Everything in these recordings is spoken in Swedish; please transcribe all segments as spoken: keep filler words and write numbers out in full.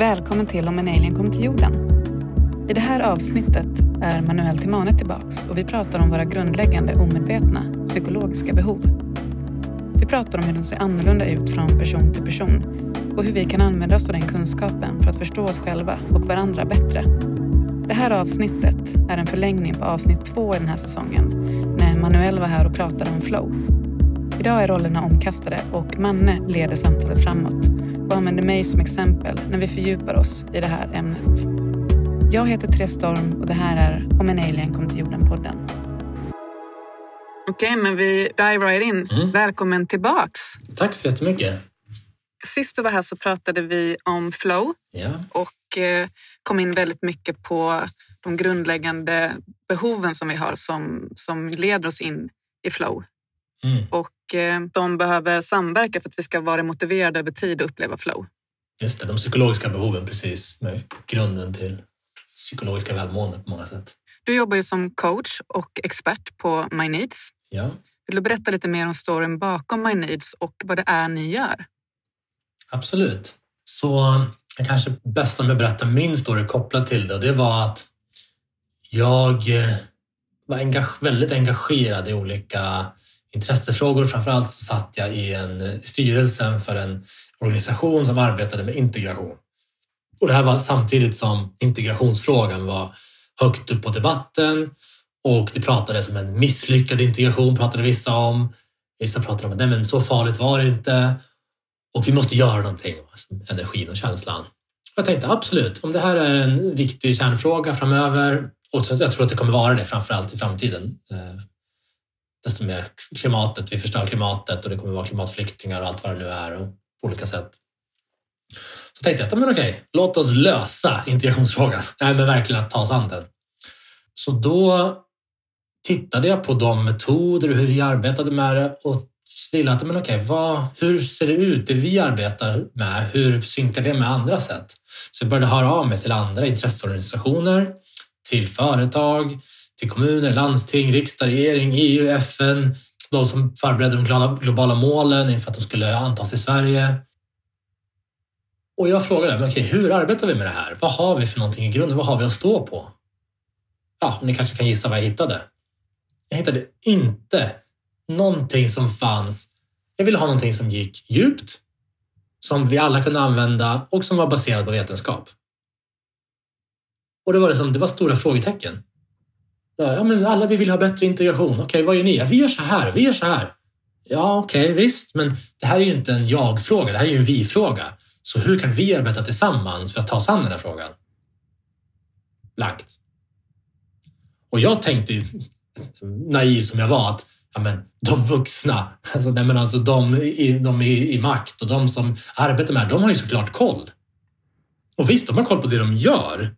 Välkommen till Om en alien kom till jorden. I det här avsnittet är Manuel Timane tillbaks och vi pratar om våra grundläggande omedvetna psykologiska behov. Vi pratar om hur de ser annorlunda ut från person till person och hur vi kan använda oss av den kunskapen för att förstå oss själva och varandra bättre. Det här avsnittet är en förlängning på avsnitt två i den här säsongen när Manuel var här och pratade om flow. Idag är rollerna omkastade och Manne leder samtalet framåt och använder mig som exempel när vi fördjupar oss i det här ämnet. Jag heter Therese Storm och det här är Om en alien kom till jorden-podden. Okej, men vi dive right in. Mm. Välkommen tillbaks. Tack så jättemycket. Sist du var här så pratade vi om flow ja. och eh, kom in väldigt mycket på de grundläggande behoven som vi har som, som leder oss in i flow. Mm. Och eh, de behöver samverka för att vi ska vara motiverade över tid och uppleva flow. Just det, de psykologiska behoven precis med grunden till psykologiska välmående på många sätt. Du jobbar ju som coach och expert på My Needs. Ja. Vill du berätta lite mer om storyn bakom My Needs och vad det är ni gör? Absolut. Så jag kanske bäst om jag berättar min story kopplat till det. Och det var att jag var engage- väldigt engagerad i olika intressefrågor. Framförallt så satt jag i en styrelsen för en organisation som arbetade med integration. Och det här var samtidigt som integrationsfrågan var högt upp på debatten. Och det pratades om en misslyckad integration, pratade vissa om. Vissa pratade om att nej, men så farligt var det inte. Och vi måste göra någonting, energin och känslan. Jag tänkte absolut, om det här är en viktig kärnfråga framöver, och jag tror att det kommer vara det framförallt i framtiden. Desto mer klimatet, vi förstör klimatet och det kommer vara klimatflyktingar och allt vad det nu är och på olika sätt. Så tänkte jag att men okej, låt oss lösa integrationsfrågan. Nej, men verkligen att ta oss an den. Så då tittade jag på de metoder och hur vi arbetade med det och ville att men okej, vad, hur ser det ut det vi arbetar med? Hur synkar det med andra sätt? Så jag började höra av mig till andra intresseorganisationer, till företag, till kommuner, landsting, riksdag, regering, E U, F N, de som förberedde de globala målen inför att de skulle antas i Sverige. Och jag frågade, men okej, hur arbetar vi med det här? Vad har vi för någonting i grunden? Vad har vi att stå på? Ja, ni kanske kan gissa vad jag hittade. Jag hittade inte någonting som fanns. Jag ville ha någonting som gick djupt, som vi alla kunde använda och som var baserad på vetenskap. Och det var, liksom, det var stora frågetecken. Ja, men alla vi vill ha bättre integration. Okej, vad gör ni? Ja, vi gör så här, vi gör så här. Ja, okej, visst. Men det här är ju inte en jag-fråga, det här är ju en vi-fråga. Så hur kan vi arbeta tillsammans för att ta oss an den här frågan? Blankt. Och jag tänkte ju, naiv som jag var, att ja, men, de vuxna, alltså, nej, men alltså, de, i, de i, i makt och de som arbetar med det, de har ju såklart koll. Och visst, de har koll på det de gör.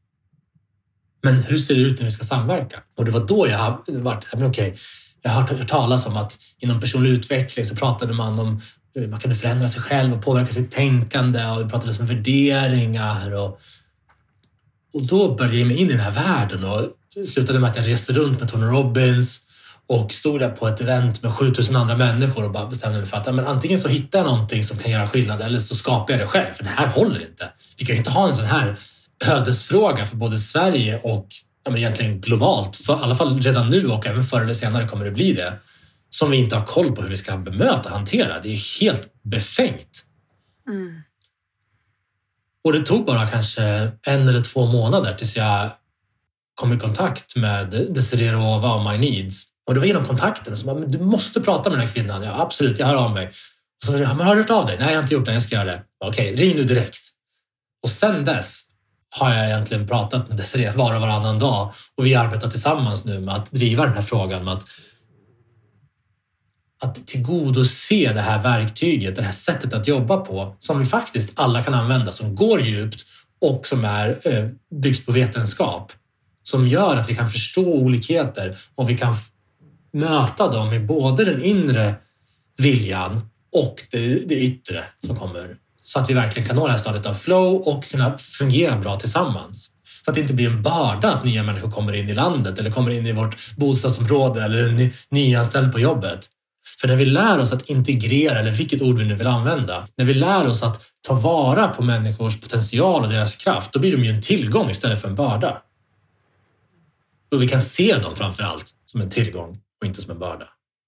Men hur ser det ut när vi ska samverka? Och det var då jag har varit, men okej, jag har hört talas om att inom personlig utveckling så pratade man om hur man kunde förändra sig själv och påverka sitt tänkande och vi pratade om värderingar. Och, och då började jag mig in i den här världen och slutade med att jag reste runt med Tony Robbins och stod där på ett event med sjutusen andra människor och bara bestämde mig för att men antingen så hittar jag någonting som kan göra skillnad eller så skapar jag det själv, för det här håller inte. Vi kan ju inte ha en sån här ödesfråga för både Sverige och ja, men egentligen globalt, för, i alla fall redan nu och även förr eller senare kommer det bli det, som vi inte har koll på hur vi ska bemöta och hantera. Det är helt befängt. Mm. Och det tog bara kanske en eller två månader tills jag kom i kontakt med Desiree Rova och My Needs. Och det var genom kontakten som men du måste prata med den här kvinnan. Ja, absolut, jag hör av mig. Och så sa jag, men har du hört av dig? Nej, jag har inte gjort det, jag ska göra det. Okej, ring nu direkt. Och sen dess har jag egentligen pratat med Desiree var och varannan dag. Och vi arbetar tillsammans nu med att driva den här frågan med att, att tillgodose det här verktyget, det här sättet att jobba på som vi faktiskt alla kan använda, som går djupt och som är eh, byggt på vetenskap. Som gör att vi kan förstå olikheter och vi kan f- möta dem i både den inre viljan och det, det yttre som kommer. Så att vi verkligen kan nå det här stadiet av flow och kunna fungera bra tillsammans. Så att det inte blir en börda att nya människor kommer in i landet eller kommer in i vårt bostadsområde eller en ny, nyanställd på jobbet. För när vi lär oss att integrera, eller vilket ord vi nu vill använda, när vi lär oss att ta vara på människors potential och deras kraft, då blir de ju en tillgång istället för en börda. Och vi kan se dem framförallt som en tillgång och inte som en börda.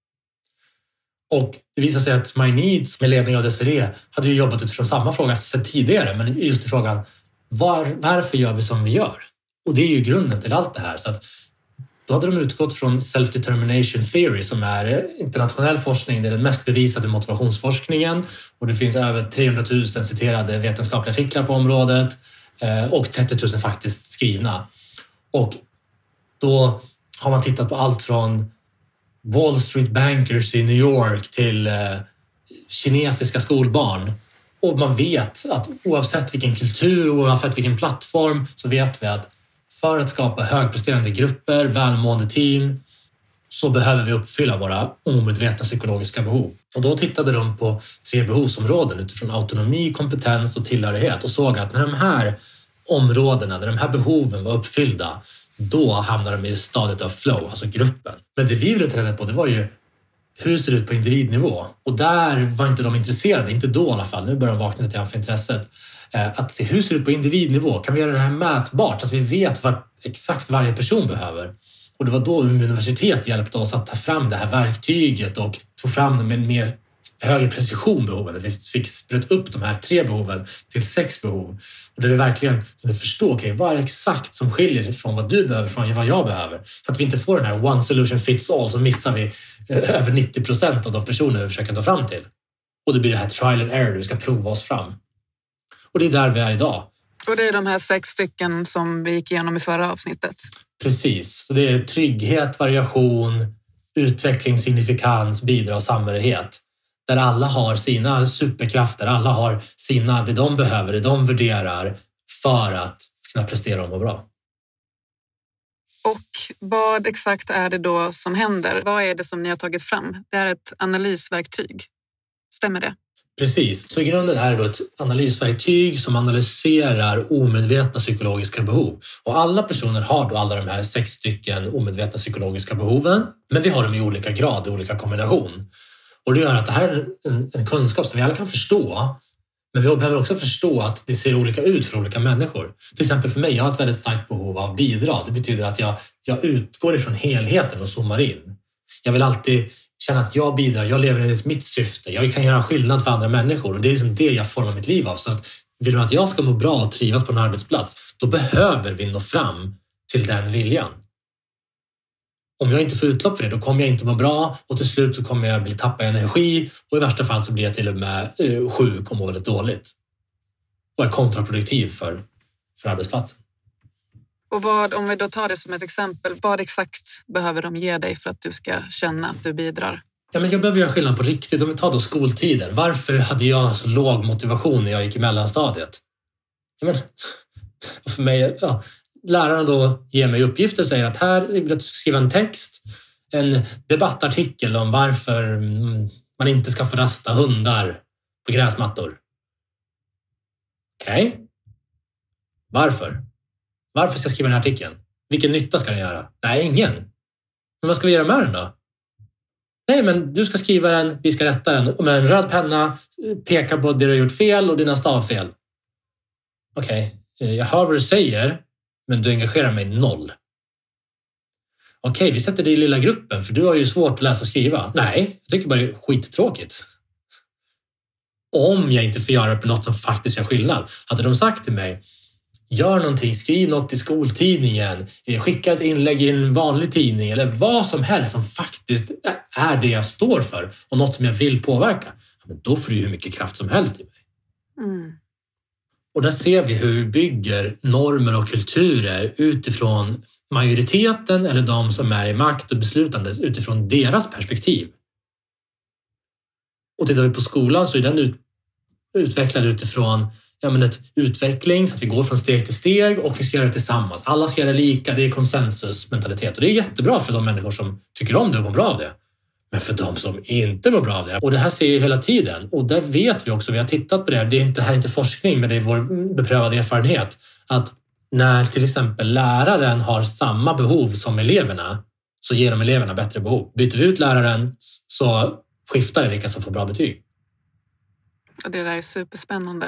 Och det visar sig att My Needs med ledning av Desiree hade ju jobbat utifrån samma fråga sedan tidigare, men just i frågan var, varför gör vi som vi gör? Och det är ju grunden till allt det här. Så att då hade de utgått från Self-Determination Theory som är internationell forskning. Det är den mest bevisade motivationsforskningen och det finns över trehundratusen citerade vetenskapliga artiklar på området och trettio tusen faktiskt skrivna. Och då har man tittat på allt från Wall Street bankers i New York till kinesiska skolbarn. Och man vet att oavsett vilken kultur, oavsett vilken plattform, så vet vi att för att skapa högpresterande grupper, välmående team, så behöver vi uppfylla våra omedvetna psykologiska behov. Och då tittade de på tre behovsområden utifrån autonomi, kompetens och tillhörighet och såg att när de här områdena, när de här behoven var uppfyllda, då hamnar de i stadiet av flow, alltså gruppen. Men det vi ville ta reda på, det var ju hur ser det ut på individnivå? Och där var inte de intresserade, inte då i alla fall. Nu börjar de vakna lite för intresset. Att se hur ser det ut på individnivå? Kan vi göra det här mätbart så att vi vet vad exakt varje person behöver? Och det var då Umeå universitet hjälpte oss att ta fram det här verktyget och få fram det med en mer högre precision behoven. Vi fick sprut upp de här tre behoven till sex behov. Och där vi verkligen kunde förstå, okej, okay, vad är exakt som skiljer från vad du behöver från vad jag behöver? Så att vi inte får den här one solution fits all, så missar vi över nittio procent av de personer vi försöker ta fram till. Och det blir det här trial and error, vi ska prova oss fram. Och det är där vi är idag. Och det är de här sex stycken som vi gick igenom i förra avsnittet. Precis. Så det är trygghet, variation, utveckling, signifikans, bidra och samhörighet. Där alla har sina superkrafter, alla har sina, det de behöver, det de värderar för att kunna prestera och må bra. Och vad exakt är det då som händer? Vad är det som ni har tagit fram? Det är ett analysverktyg. Stämmer det? Precis. Så i grunden är det då ett analysverktyg som analyserar omedvetna psykologiska behov. Och alla personer har då alla de här sex stycken omedvetna psykologiska behoven. Men vi har dem i olika grad, i olika kombination. Och det gör att det här är en, en kunskap som vi alla kan förstå. Men vi behöver också förstå att det ser olika ut för olika människor. Till exempel för mig, jag har ett väldigt starkt behov av bidrag. Det betyder att jag, jag utgår ifrån helheten och zoomar in. Jag vill alltid känna att jag bidrar, jag lever enligt mitt syfte. Jag kan göra skillnad för andra människor och det är liksom det jag formar mitt liv av. Så att vill man att jag ska må bra och trivas på en arbetsplats, då behöver vi nå fram till den viljan. Om jag inte får utlopp för det, då kommer jag inte må bra och till slut så kommer jag bli tappa energi och i värsta fall så blir jag till och med eh, sjuk och mår väldigt dåligt. Och är kontraproduktiv för, för arbetsplatsen. Och vad, om vi då tar det som ett exempel, vad exakt behöver de ge dig för att du ska känna att du bidrar? Ja, men jag behöver göra skillnad på riktigt. Om vi tar då skoltiden. Varför hade jag så låg motivation när jag gick i mellanstadiet? Ja, men, för mig, ja, läraren då ger mig uppgifter och säger att här vill jag skriva en text, en debattartikel om varför man inte ska få rasta hundar på gräsmattor. Okej. Okay. Varför? Varför ska jag skriva den här artikeln? Vilken nytta ska den göra? Nej, ingen. Men vad ska vi göra med den då? Nej, men du ska skriva den, vi ska rätta den. Och med en röd penna peka på det du har gjort fel och dina stavfel. Okej, okay. Jag hör vad du säger, men du engagerar mig noll. Okej, okay, vi sätter dig i lilla gruppen för du har ju svårt att läsa och skriva. Nej, jag tycker bara det är skittråkigt. Om jag inte får göra det på något som faktiskt gör skillnad. Hade de sagt till mig, gör någonting, skriv något i skoltidningen, skicka ett inlägg i en vanlig tidning eller vad som helst som faktiskt är det jag står för och något som jag vill påverka. Men då får du hur mycket kraft som helst i mig. Mm. Och där ser vi hur vi bygger normer och kulturer utifrån majoriteten eller de som är i makt och beslutande utifrån deras perspektiv. Och tittar vi på skolan så är den ut, utvecklad utifrån ja, men ett utveckling så att vi går från steg till steg och vi ska göra det tillsammans. Alla ska göra det lika, det är konsensusmentalitet och det är jättebra för de människor som tycker om det och mår bra av det. Men för de som inte mår bra av det. Och det här ser vi hela tiden. Och där vet vi också, vi har tittat på det här, det är inte, här är inte forskning men det är vår beprövade erfarenhet. Att när till exempel läraren har samma behov som eleverna så ger de eleverna bättre behov. Byter vi ut läraren så skiftar det vilka som får bra betyg. Och det där är superspännande.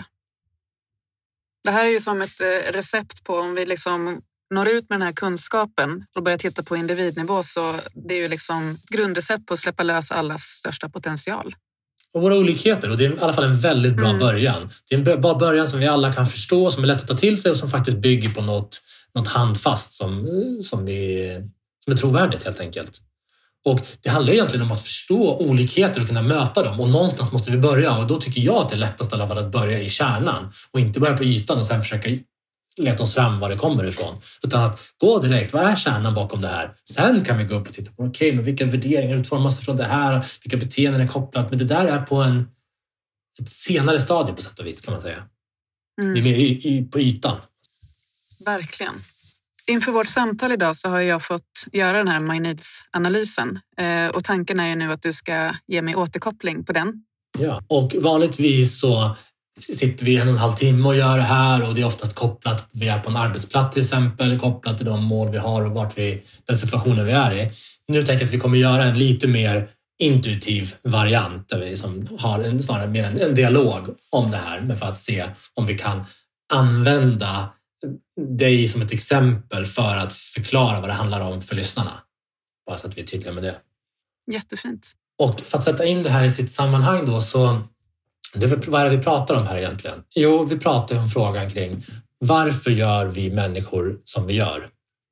Det här är ju som ett recept på om vi liksom når ut med den här kunskapen och börjar titta på individnivå, så det är ju liksom grundrecept på att släppa lös allas största potential. Och våra olikheter, och det är i alla fall en väldigt bra mm. början. Det är en bra början som vi alla kan förstå, som är lätt att ta till sig och som faktiskt bygger på något, något handfast som, som, är, som är trovärdigt helt enkelt. Och det handlar egentligen om att förstå olikheter och kunna möta dem. Och någonstans måste vi börja. Och då tycker jag att det är lättast i alla fall att börja i kärnan. Och inte börja på ytan och sen försöka leta oss fram var det kommer ifrån. Utan att gå direkt, vad är kärnan bakom det här? Sen kan vi gå upp och titta på, okej, okay, men vilka värderingar utformas från det här? Vilka beteenden är kopplat? Men det där är på en, ett senare stadie på sätt och vis kan man säga. Mm. Det är mer i, i, på ytan. Verkligen. Inför vårt samtal idag så har jag fått göra den här My Needs-analysen. Eh, och tanken är ju nu att du ska ge mig återkoppling på den. Ja, och vanligtvis så sitter vi en och en halv timme och gör det här, och det är oftast kopplat, vi är på en arbetsplats till exempel, kopplat till de mål vi har och vart vi, den situationen vi är i. Nu tänker jag att vi kommer göra en lite mer intuitiv variant där vi som har en, snarare mer en, en dialog om det här, men för att se om vi kan använda dig som ett exempel för att förklara vad det handlar om för lyssnarna. Bara så att vi är tydliga med det. Jättefint. Och för att sätta in det här i sitt sammanhang då, så det, vad är det vi pratar om här egentligen? Jo, vi pratar om frågan kring varför gör vi människor som vi gör?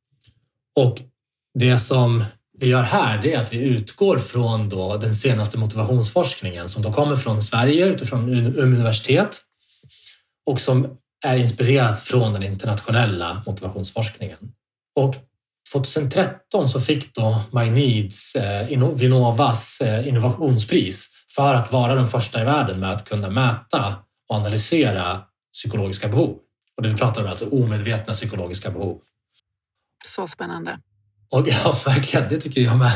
Och det som vi gör här, det är att vi utgår från då den senaste motivationsforskningen som då kommer från Sverige utifrån universitet och som är inspirerat från den internationella motivationsforskningen. Och tjugohundratretton så fick då My Needs eh, Vinnovas eh, innovationspris för att vara den första i världen med att kunna mäta och analysera psykologiska behov. Och det vi pratar om är alltså omedvetna psykologiska behov. Så spännande. Och ja, verkligen, det tycker jag med.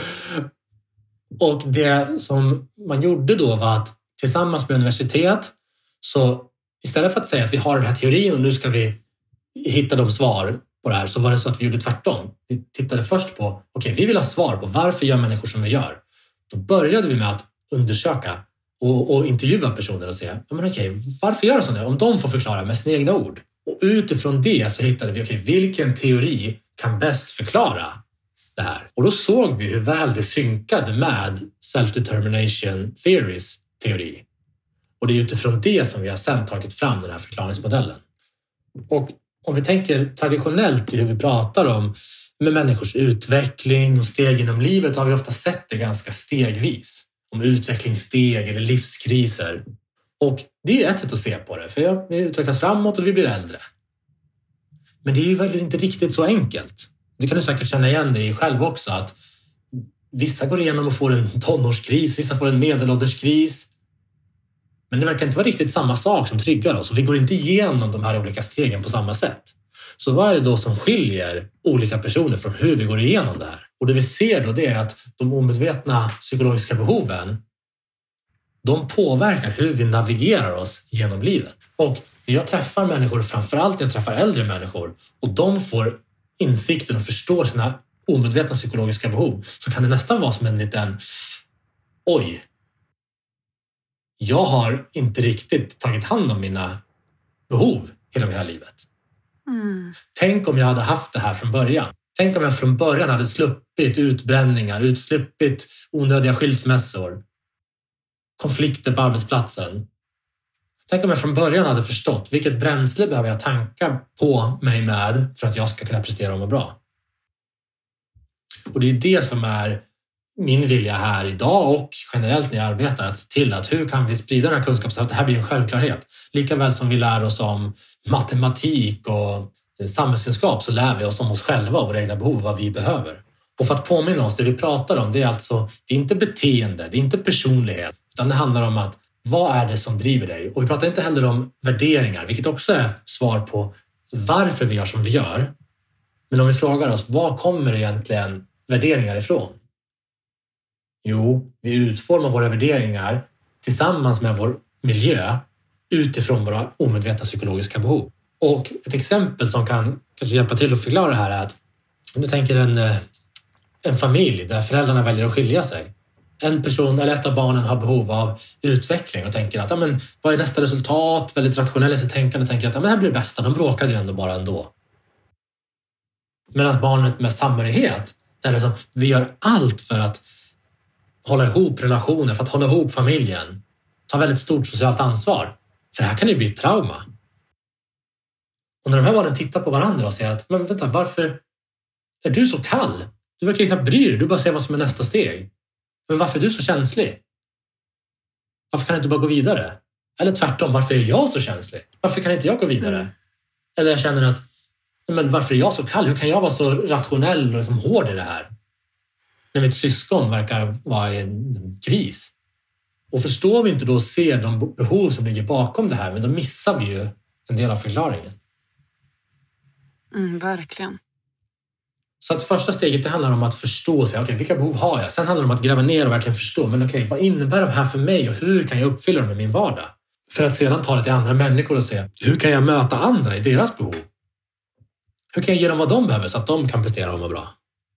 Och det som man gjorde då var att tillsammans med universitet, så istället för att säga att vi har den här teorin och nu ska vi hitta de svar på det här, så var det så att vi gjorde tvärtom. Vi tittade först på, okej, okay, vi vill ha svar på varför gör människor som vi gör. Då började vi med att undersöka och, och intervjua personer och se, ja, men okej, okay, varför gör de så där? Om de får förklara med sina egna ord. Och utifrån det så hittade vi, okej, okay, vilken teori kan bäst förklara det här? Och då såg vi hur väl det synkade med self-determination theories teori. Och det är utifrån det som vi har sedan tagit fram den här förklaringsmodellen. Och om vi tänker traditionellt i hur vi pratar om med människors utveckling och steg inom livet, har vi ofta sett det ganska stegvis. Om utvecklingssteg eller livskriser. Och det är ett sätt att se på det, för vi utvecklas framåt och vi blir äldre. Men det är ju väl inte riktigt så enkelt. Du kan du säkert känna igen dig själv också, att vissa går igenom och får en tonårskris, vissa får en medelålderskris. Men det verkar inte vara riktigt samma sak som triggar oss, och vi går inte igenom de här olika stegen på samma sätt. Så vad är det då som skiljer olika personer från hur vi går igenom det här? Och det vi ser då, det är att de omedvetna psykologiska behoven, de påverkar hur vi navigerar oss genom livet. Och när jag träffar människor, framförallt när jag träffar äldre människor, och de får insikten och förstår sina omedvetna psykologiska behov, så kan det nästan vara som en liten, oj, jag har inte riktigt tagit hand om mina behov hela hela livet. Mm. Tänk om jag hade haft det här från början. Tänk om jag från början hade sluppit utbränningar, utsluppit onödiga skilsmässor, konflikter på arbetsplatsen. Tänk om jag från början hade förstått vilket bränsle behöver jag tanka på mig med för att jag ska kunna prestera och må bra. Och det är det som är min vilja här idag och generellt när jag arbetar, att se till att hur kan vi sprida den här kunskapen så att det här blir en självklarhet. Lika väl som vi lär oss om matematik och samhällskunskap, så lär vi oss om oss själva och våra egna behov, vad vi behöver. Och för att påminna oss, det vi pratar om, det är alltså, det är inte beteende, det är inte personlighet, utan det handlar om att vad är det som driver dig? Och vi pratar inte heller om värderingar, vilket också är svar på varför vi gör som vi gör. Men om vi frågar oss, var kommer egentligen värderingar ifrån? Jo, vi utformar våra värderingar tillsammans med vår miljö utifrån våra omedvetna psykologiska behov. Och ett exempel som kan kanske hjälpa till att förklara det här är att om du tänker en, en familj där föräldrarna väljer att skilja sig. en person eller ett av barnen har behov av utveckling och tänker att ja, men, vad är nästa resultat? Väldigt rationell i sitt tänkande tänker att ja, men det här blir det bästa. De bråkade ju ändå bara ändå. Medan barnet med samhörighet, där liksom, vi gör allt för att hålla ihop relationer, för att hålla ihop familjen. Ta väldigt stort socialt ansvar. För här kan det bli ett trauma. Och när de här barnen tittar på varandra och säger att men vänta, varför är du så kall? Du verkar knappt bry dig, du bara säger vad som är nästa steg. Men varför är du så känslig? Varför kan jag inte bara gå vidare? Eller tvärtom, varför är jag så känslig? Varför kan inte jag gå vidare? Mm. Eller jag känner att men varför är jag så kall? Hur kan jag vara så rationell och liksom hård i det här? När mitt syskon verkar vara i en kris. Och förstår vi inte då och ser de behov som ligger bakom det här, men då missar vi ju en del av förklaringen. Mm, verkligen. Så att första steget det handlar om att förstå sig. Okej, vilka behov har jag? Sen handlar det om att gräva ner och verkligen förstå. Men okej, vad innebär de här för mig och hur kan jag uppfylla dem i min vardag? För att sedan ta det till andra människor och se hur kan jag möta andra i deras behov? Hur kan jag ge dem vad de behöver så att de kan prestera och må bra?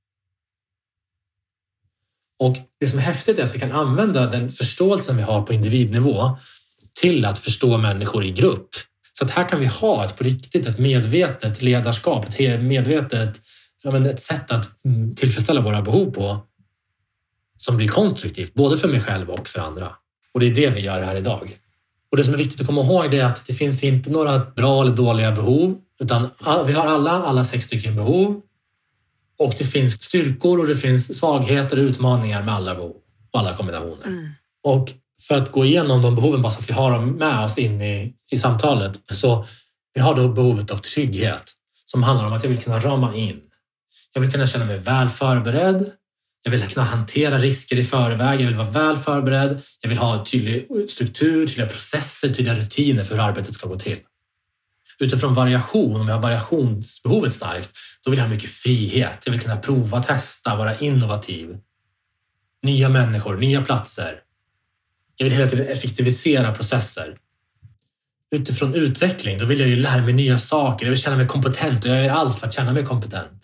Och det som är häftigt är att vi kan använda den förståelsen vi har på individnivå till att förstå människor i grupp. Så att här kan vi ha ett på riktigt, ett medvetet ledarskap, ett medvetet, ja men ett sätt att tillfredsställa våra behov på som blir konstruktivt, både för mig själv och för andra. Och det är det vi gör här idag. Och det som är viktigt att komma ihåg är att det finns inte några bra eller dåliga behov, utan vi har alla, alla sex stycken behov. Och det finns styrkor och det finns svagheter och utmaningar med alla behov och alla kombinationer. Mm. Och för att gå igenom de behoven bara så att vi har dem med oss in i, i samtalet. Så vi har då behovet av trygghet som handlar om att jag vill kunna rama in. Jag vill kunna känna mig väl förberedd. Jag vill kunna hantera risker i förväg. Jag vill vara väl förberedd. Jag vill ha tydlig struktur, tydliga processer, tydliga rutiner för hur arbetet ska gå till. Utifrån variation, om jag har variationsbehovet starkt, då vill jag ha mycket frihet. Jag vill kunna prova, testa, vara innovativ. Nya människor, nya platser. Jag vill hela tiden effektivisera processer. Utifrån utveckling, då vill jag ju lära mig nya saker. Jag vill känna mig kompetent och jag gör allt för att känna mig kompetent.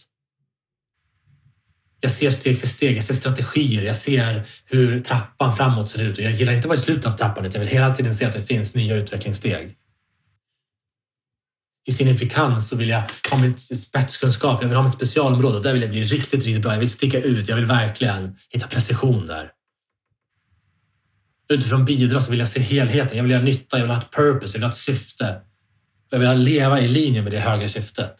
Jag ser steg för steg, jag ser strategier, jag ser hur trappan framåt ser ut. Och jag gillar inte att vara i slutet av trappan, utan jag vill hela tiden se att det finns nya utvecklingssteg. I signifikans så vill jag ha mitt spetskunskap, jag vill ha mitt specialområde. Där vill jag bli riktigt, riktigt bra. Jag vill sticka ut, jag vill verkligen hitta precision där. Utifrån bidra så vill jag se helheten. Jag vill göra nytta, jag vill ha ett purpose, jag vill ha ett syfte. Jag vill leva i linje med det högre syftet.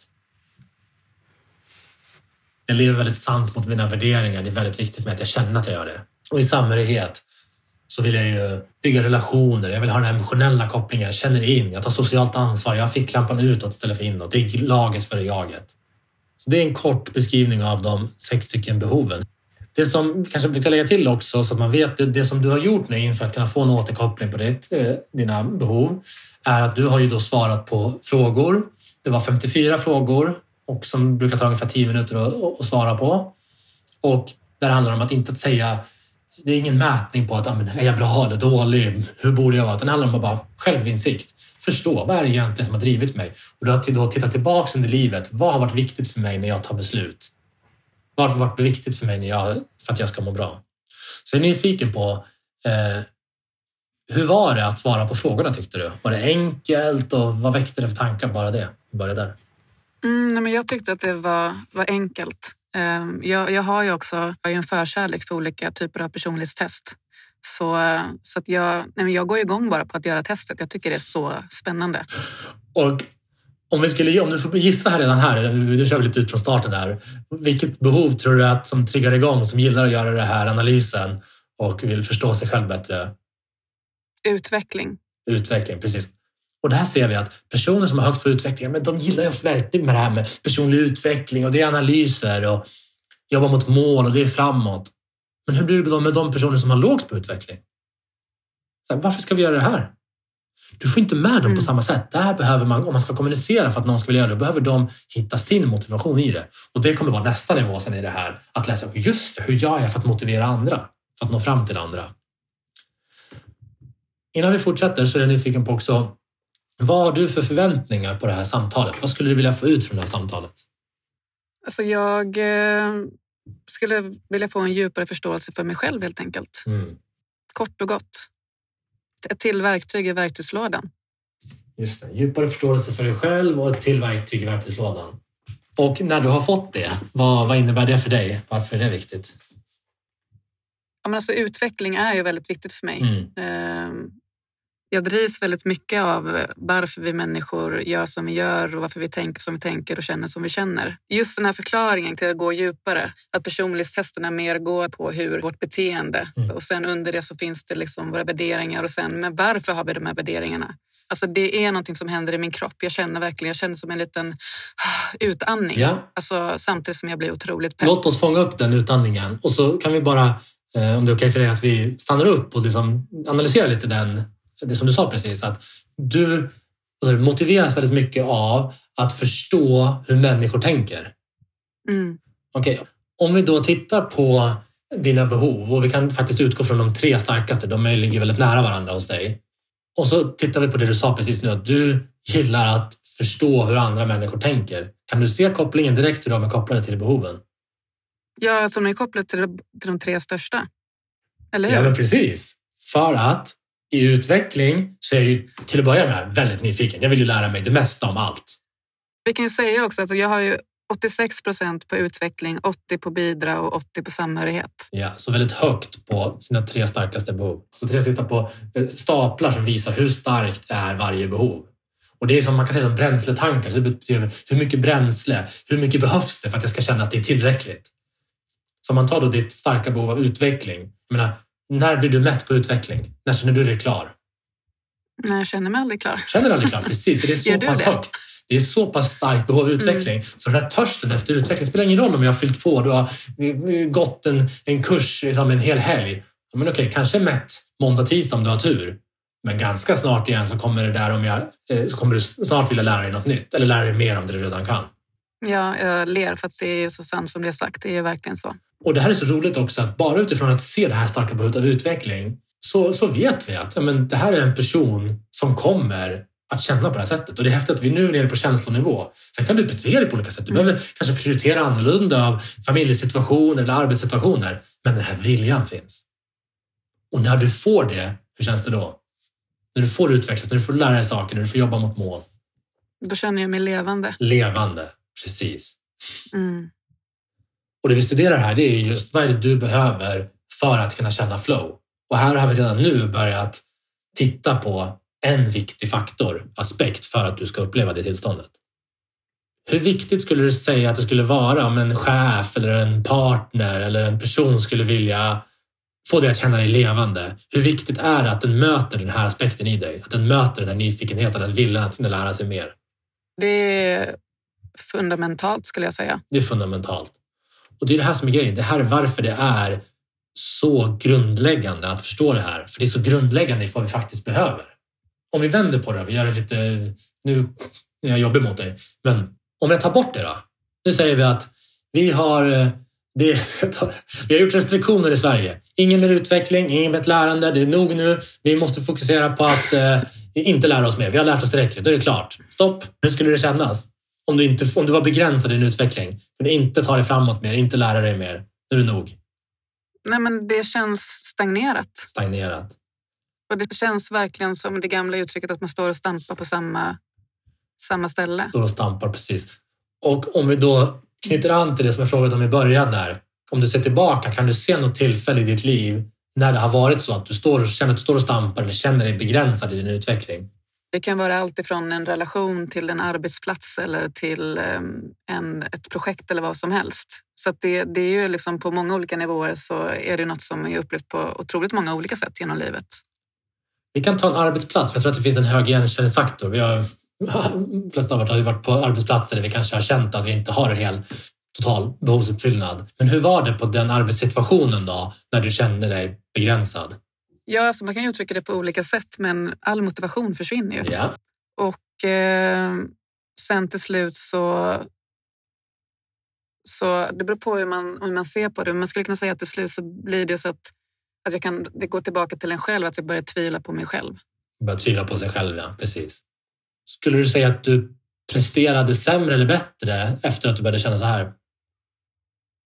Jag lever väldigt sant mot mina värderingar. Det är väldigt viktigt för mig att jag känner att jag gör det. Och i samhörighet så vill jag ju bygga relationer. Jag vill ha den emotionella kopplingen. Jag känner in, jag tar socialt ansvar. Jag har ficklampan utåt istället för inåt. Det är laget före jaget. Så det är en kort beskrivning av de sex stycken behoven. Det som kanske vi ska lägga till också så att man vet det, det som du har gjort nu inför att kunna få en återkoppling på ditt, eh, dina behov är att du har ju då svarat på frågor. Det var femtiofyra frågor och som brukar ta ungefär tio minuter att, att svara på. Och där handlar det om att inte att säga, det är ingen mätning på att är jag bra eller dålig, hur borde jag vara? Det handlar om att bara självinsikt. Förstå, vad är det egentligen som har drivit mig? Och du har då tittat tillbaka under livet. Vad har varit viktigt för mig när jag tar beslut? Vad har varit viktigt för mig när jag, för att jag ska må bra? Så jag är nyfiken på eh, hur var det att svara på frågorna tyckte du? Var det enkelt och vad väckte det för tankar bara det? Börja där. Mm, nej, men jag tyckte att det var, var enkelt. Um, jag, jag har ju också jag har ju en förkärlek för olika typer av personlighetstest. Så, så att jag, nej, men jag går igång bara på att göra testet. Jag tycker det är så spännande. Och om vi skulle, om du får gissa här redan här, du kör lite ut från starten där. Vilket behov tror du att som triggar igång och som gillar att göra det här analysen och vill förstå sig själv bättre? Utveckling. Utveckling, precis. Och där ser vi att personer som har högt på utveckling, men de gillar ju verkligen med det här med personlig utveckling och det är analyser och jobba mot mål och det är framåt. Men hur blir det då med de personer som har lågt på utveckling? Varför ska vi göra det här? Du får inte med dem mm. på samma sätt. Där behöver man, om man ska kommunicera för att någon ska vilja göra det, behöver de hitta sin motivation i det. Och det kommer vara nästa nivå sen i det här. Att läsa, just det, hur gör jag för att motivera andra? För att nå fram till andra. Innan vi fortsätter så är jag nyfiken på också, vad har du för förväntningar på det här samtalet? Vad skulle du vilja få ut från det här samtalet? Alltså jag, Skulle vilja få en djupare förståelse för mig själv helt enkelt. Mm. Kort och gott. Ett till verktyg i verktygslådan. Just det. Djupare förståelse för dig själv och ett till verktyg i verktygslådan. Och när du har fått det, vad, vad innebär det för dig? Varför är det viktigt? Ja, men alltså, utveckling är ju väldigt viktigt för mig. Mm. Jag drivs väldigt mycket av varför vi människor gör som vi gör och varför vi tänker som vi tänker och känner som vi känner. Just den här förklaringen till att gå djupare, att personlighetstesterna mer går på hur vårt beteende mm. och sen under det så finns det liksom våra värderingar och sen, men varför har vi de här värderingarna? Alltså det är någonting som händer i min kropp. Jag känner verkligen, jag känner som en liten utandning. Ja. Alltså samtidigt som jag blir otroligt pepp. Låt oss fånga upp den utandningen och så kan vi bara, om det är okej för dig, att vi stannar upp och liksom analyserar lite den. Det som du sa precis, att du alltså, motiveras väldigt mycket av att förstå hur människor tänker. Mm. Okej, okay. Om vi då tittar på dina behov och vi kan faktiskt utgå från de tre starkaste, de ligger väldigt nära varandra hos dig. Och så tittar vi på det du sa precis nu, att du gillar att förstå hur andra människor tänker. Kan du se kopplingen direkt hur de är kopplade till behoven? Ja, som är kopplade till, till de tre största. Eller hur? Ja, men precis. För att i utveckling så är jag ju till att börja med väldigt nyfiken. Jag vill ju lära mig det mesta om allt. Vi kan ju säga också att jag har ju åttiosex procent på utveckling, åttio på bidra och åttio på samhörighet. Ja, så väldigt högt på sina tre starkaste behov. Så tre sitter på staplar som visar hur starkt är varje behov. Och det är som man kan säga som bränsletankar. Så det betyder hur mycket bränsle, hur mycket behövs det för att jag ska känna att det är tillräckligt. Så om man tar då ditt starka behov av utveckling. Jag menar, när blir du mätt på utveckling? När känner du dig klar? Nej, jag känner mig aldrig klar. Känner du aldrig klar? Precis, för det är så pass det? högt. Det är så pass starkt behov av utveckling. Mm. Så den här törsten efter utveckling spelar ingen roll om jag har fyllt på. Du har gått en, en kurs liksom en hel helg. Men okej, kanske mätt måndag, tisdag om du har tur. Men ganska snart igen så kommer det där om jag, så kommer du snart vilja lära dig något nytt. Eller lära dig mer om det du redan kan. Ja, jag ler för att det är ju så sant som det är sagt. Det är ju verkligen så. Och det här är så roligt också att bara utifrån att se det här starka behovet av utveckling så, så vet vi att ja, men det här är en person som kommer att känna på det här sättet. Och det är häftigt att vi nu är nere på känslonivå. Sen kan du bete dig på olika sätt. Du mm. behöver kanske prioritera annorlunda av familjesituationer eller arbetssituationer. Men den här viljan finns. Och när du får det, hur känns det då? När du får utvecklas, när du får lära dig saker, när du får jobba mot mål. Då känner jag mig levande. Levande, precis. Mm. Och det vi studerar här, det är just vad är det du behöver för att kunna känna flow. Och här har vi redan nu börjat titta på en viktig faktor, aspekt för att du ska uppleva det tillståndet. Hur viktigt skulle du säga att det skulle vara om en chef eller en partner eller en person skulle vilja få dig att känna dig levande? Hur viktigt är det att den möter den här aspekten i dig? Att den möter den här nyfikenheten, att vilja att kunna lära sig mer? Det är fundamentalt skulle jag säga. Det är fundamentalt. Och det är det här som är grejen. Det här är varför det är så grundläggande att förstå det här. För det är så grundläggande i vad vi faktiskt behöver. Om vi vänder på det, vi gör det lite... Nu är jag jobbig mot dig. Men om jag tar bort det då. Nu säger vi att vi har... Det, vi har gjort restriktioner i Sverige. Ingen mer utveckling, ingen mer lärande. Det är nog nu. Vi måste fokusera på att eh, inte lära oss mer. Vi har lärt oss tillräckligt. Då är det klart. Stopp. Hur skulle det kännas? Om du, inte, om du var begränsad i din utveckling. Men inte ta dig framåt mer. Inte lära dig mer. Nu är det nog. Nej, men det känns stagnerat. Stagnerat. Och det känns verkligen som det gamla uttrycket att man står och stampar på samma, samma ställe. Står och stampar, precis. Och om vi då knyter an till det som jag frågade om i början där. Om du ser tillbaka, kan du se något tillfälle i ditt liv när det har varit så att du står och känner att du står och stampar eller känner dig begränsad i din utveckling? Det kan vara allt ifrån en relation till en arbetsplats eller till en, ett projekt eller vad som helst. Så att det, det är ju liksom på många olika nivåer så är det något som är upplevt på otroligt många olika sätt genom livet. Vi kan ta en arbetsplats, för jag tror att det finns en hög igenkänningsfaktor. Vi har, de flesta av oss har ju varit på arbetsplatser där vi kanske har känt att vi inte har en hel total behovsuppfyllnad. Men hur var det på den arbetssituationen då, när du kände dig begränsad? Ja, alltså man kan ju uttrycka det på olika sätt, men all motivation försvinner ju. Ja. Och eh, sen till slut så... Så det beror på hur man, hur man ser på det. Man skulle kunna säga att till slut så blir det så att, att jag kan, det går tillbaka till en själv, att jag börjar tvivla på mig själv. Börjar tvivla på sig själv, ja. Precis. Skulle du säga att du presterade sämre eller bättre efter att du började känna så här?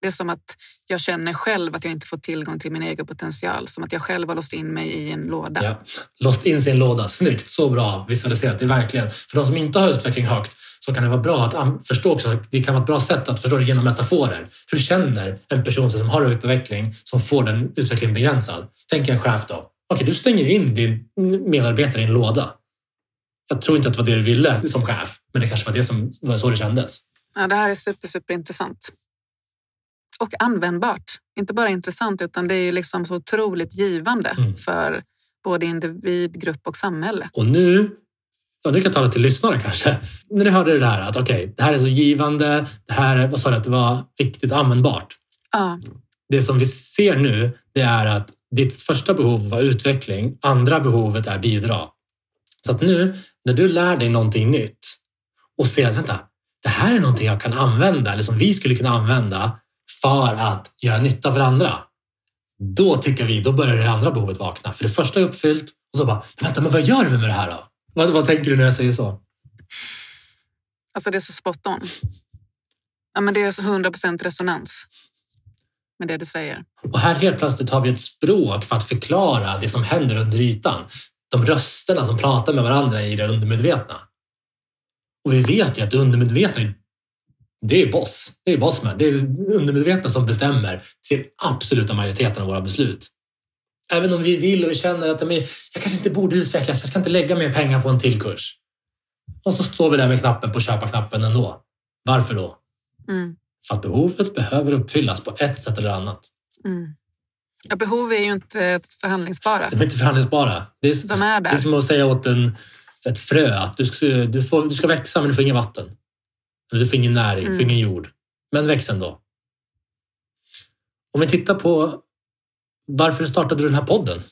Det är som att jag känner själv att jag inte får tillgång till min egen potential. Som att jag själv har låst in mig i en låda. Ja, låst in sig i en låda. Snyggt, så bra visualiserat. Det är verkligen, för de som inte har utveckling högt så kan det vara bra att förstå också. Det kan vara ett bra sätt att förstå det genom metaforer. Hur känner en person som har utveckling som får den utvecklingen begränsad? Tänk en chef då. Okej, du stänger in din medarbetare i en låda. Jag tror inte att det var det du ville som chef, men det kanske var det som var så det kändes. Ja, det här är super, super intressant. Och användbart. Inte bara intressant, utan det är ju liksom så otroligt givande mm. för både individ, grupp och samhälle. Och nu, ja, du kan ta det till lyssnare kanske. När du hörde det här att okej, okay, det här är så givande, det här, vad sa du, att det var viktigt och användbart. Ja. Det som vi ser nu, det är att ditt första behov var utveckling, andra behovet är bidra. Så att nu, när du lär dig någonting nytt och ser att vänta, det här är någonting jag kan använda eller som vi skulle kunna använda för att göra nytta för andra. Då tycker vi, då börjar det andra behovet vakna. För det första är uppfyllt och så bara, vänta, men vad gör vi med det här då? Vad, vad tänker du när jag säger så? Alltså det är så spot on. Ja, men det är så hundra procent resonans med det du säger. Och här helt plötsligt har vi ett språk för att förklara det som händer under ytan. De rösterna som pratar med varandra i det undermedvetna. Och vi vet ju att det undermedvetna, det är boss. Det är bossman. Det är undermedvetna som bestämmer till absoluta majoriteten av våra beslut. Även om vi vill och vi känner att jag kanske inte borde utvecklas, jag ska inte lägga mer pengar på en till kurs. Och så står vi där med knappen på köpa-knappen ändå. Varför då? Mm. För att behovet behöver uppfyllas på ett sätt eller annat. Mm. Ja, behov är ju inte förhandlingsbara. De är inte förhandlingsbara. Det är, De är där. Det är som att säga åt en, ett frö att du ska, du, får, du ska växa men du får ingen vatten. Eller du får ingen näring, mm. du får ingen jord. Men väx ändå. Om vi tittar på varför startade du den här podden?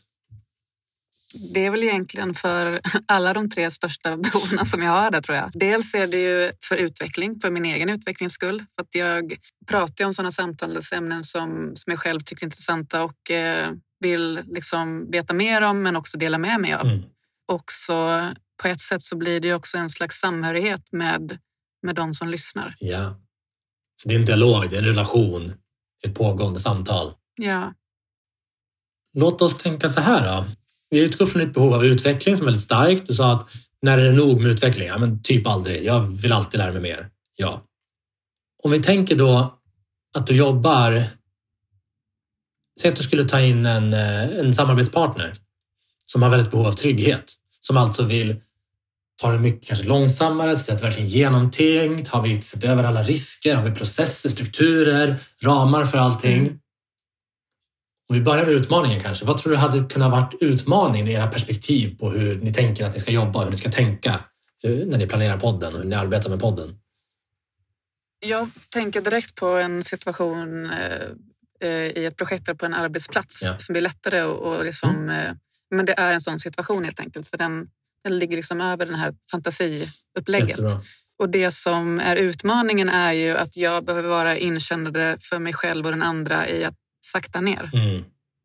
Det är väl egentligen för alla de tre största behoven som jag har där, tror jag. Dels är det ju för utveckling, för min egen utvecklings skull. För att jag pratar om sådana samtalsämnen som, som jag själv tycker är intressanta och eh, vill liksom veta mer om, men också dela med mig av. Mm. Och så på ett sätt så blir det ju också en slags samhörighet med, med de som lyssnar. Ja, för det är en dialog, det är en relation, ett pågående samtal. Ja. Låt oss tänka så här då. Vi utgår från ett behov av utveckling som är väldigt starkt. Du sa att när är det nog med utveckling? Ja, men typ aldrig. Jag vill alltid lära mig mer. Ja. Om vi tänker då att du jobbar... Säg att du skulle ta in en, en samarbetspartner som har väldigt behov av trygghet. Som alltså vill ta det mycket kanske långsammare, så att det verkligen genomtänkt. Har vi sett över alla risker? Har vi processer, strukturer, ramar för allting? Mm. Om vi börjar med utmaningen kanske. Vad tror du hade kunnat varit utmaningen i era perspektiv på hur ni tänker att ni ska jobba, hur ni ska tänka när ni planerar podden och hur ni arbetar med podden? Jag tänker direkt på en situation eh, i ett projekt på en arbetsplats ja. som blir lättare och, och liksom, mm. eh, men det är en sån situation helt enkelt. Så den, den ligger liksom över den här fantasiupplägget. Jättebra. Och det som är utmaningen är ju att jag behöver vara inkännande för mig själv och den andra i att sakta ner mm.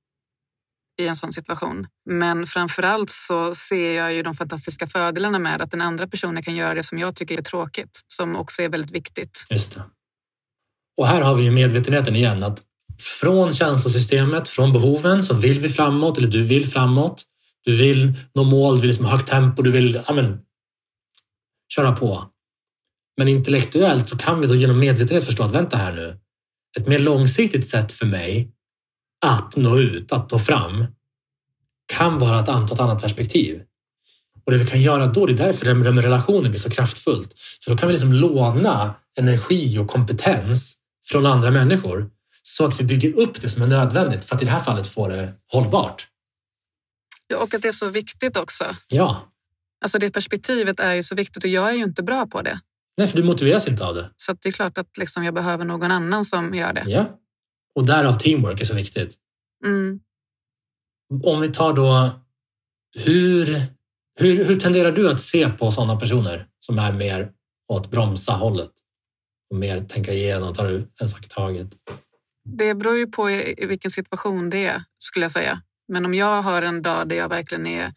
i en sån situation. Men framförallt så ser jag ju de fantastiska fördelarna med att den andra personen kan göra det som jag tycker är tråkigt, som också är väldigt viktigt. Just det. Och här har vi ju medvetenheten igen, att från känslosystemet, från behoven så vill vi framåt, eller du vill framåt. Du vill nå mål, du vill liksom ha högt tempo, du vill ja, men, köra på. Men intellektuellt så kan vi då genom medvetenhet förstå att vänta här nu. Ett mer långsiktigt sätt för mig att nå ut, att nå fram kan vara att anta ett annat perspektiv. Och det vi kan göra då, det är därför den relationen blir så kraftfullt. För då kan vi liksom låna energi och kompetens från andra människor så att vi bygger upp det som är nödvändigt för att i det här fallet få det hållbart. Ja, och att det är så viktigt också. Ja. Alltså det perspektivet är ju så viktigt och jag är ju inte bra på det. Nej, för du motiveras inte av det. Så att det är klart att liksom jag behöver någon annan som gör det. Ja, och därav teamwork är så viktigt. Mm. Om vi tar då, hur, hur, hur tenderar du att se på sådana personer som är mer åt bromsa hållet? Och mer tänka igenom och ta en sak i taget? Det beror ju på i vilken situation det är, skulle jag säga. Men om jag har en dag där jag verkligen är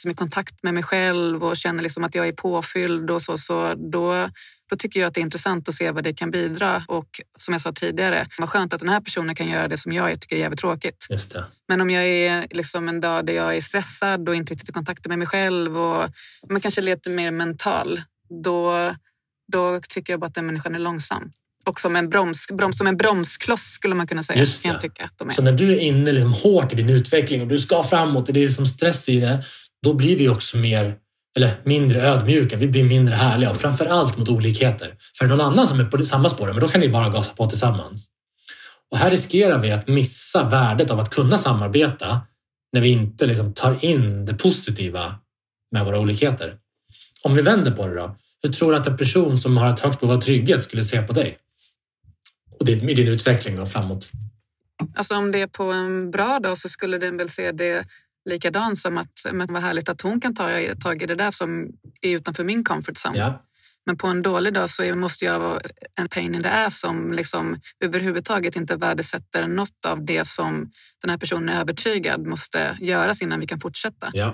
liksom i kontakt med mig själv och känner liksom att jag är påfylld och så, så då, då tycker jag att det är intressant att se vad det kan bidra. Och som jag sa tidigare, vad skönt att den här personen kan göra det som jag tycker är jävligt tråkigt. Just det. Men om jag är liksom en dag där jag är stressad och inte riktigt i kontakt med mig själv och man kanske är lite mer mental, då, då tycker jag bara att den människan är långsam. Och som en, broms, broms, som en bromskloss skulle man kunna säga. Just det. Kan jag tycka att de är. Så när du är inne liksom hårt i din utveckling och du ska framåt och det är liksom stress i det, då blir vi också mer, eller mindre ödmjuka, vi blir mindre härliga och framförallt mot olikheter. För någon annan som är på samma spår, men då kan ni bara gasa på tillsammans. Och här riskerar vi att missa värdet av att kunna samarbeta när vi inte liksom tar in det positiva med våra olikheter. Om vi vänder på det då, hur tror du att en person som har ett högt behov av trygghet skulle se på dig? Och det är din utveckling då framåt. Alltså om det är på en bra dag så skulle den väl se det likadant som att men vad härligt att hon kan ta tag i det där som är utanför min comfort zone. Ja. Men på en dålig dag så måste jag vara en pain in the ass som liksom överhuvudtaget inte värdesätter något av det som den här personen är övertygad måste göras innan vi kan fortsätta. Ja.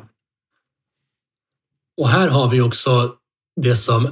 Och här har vi också det som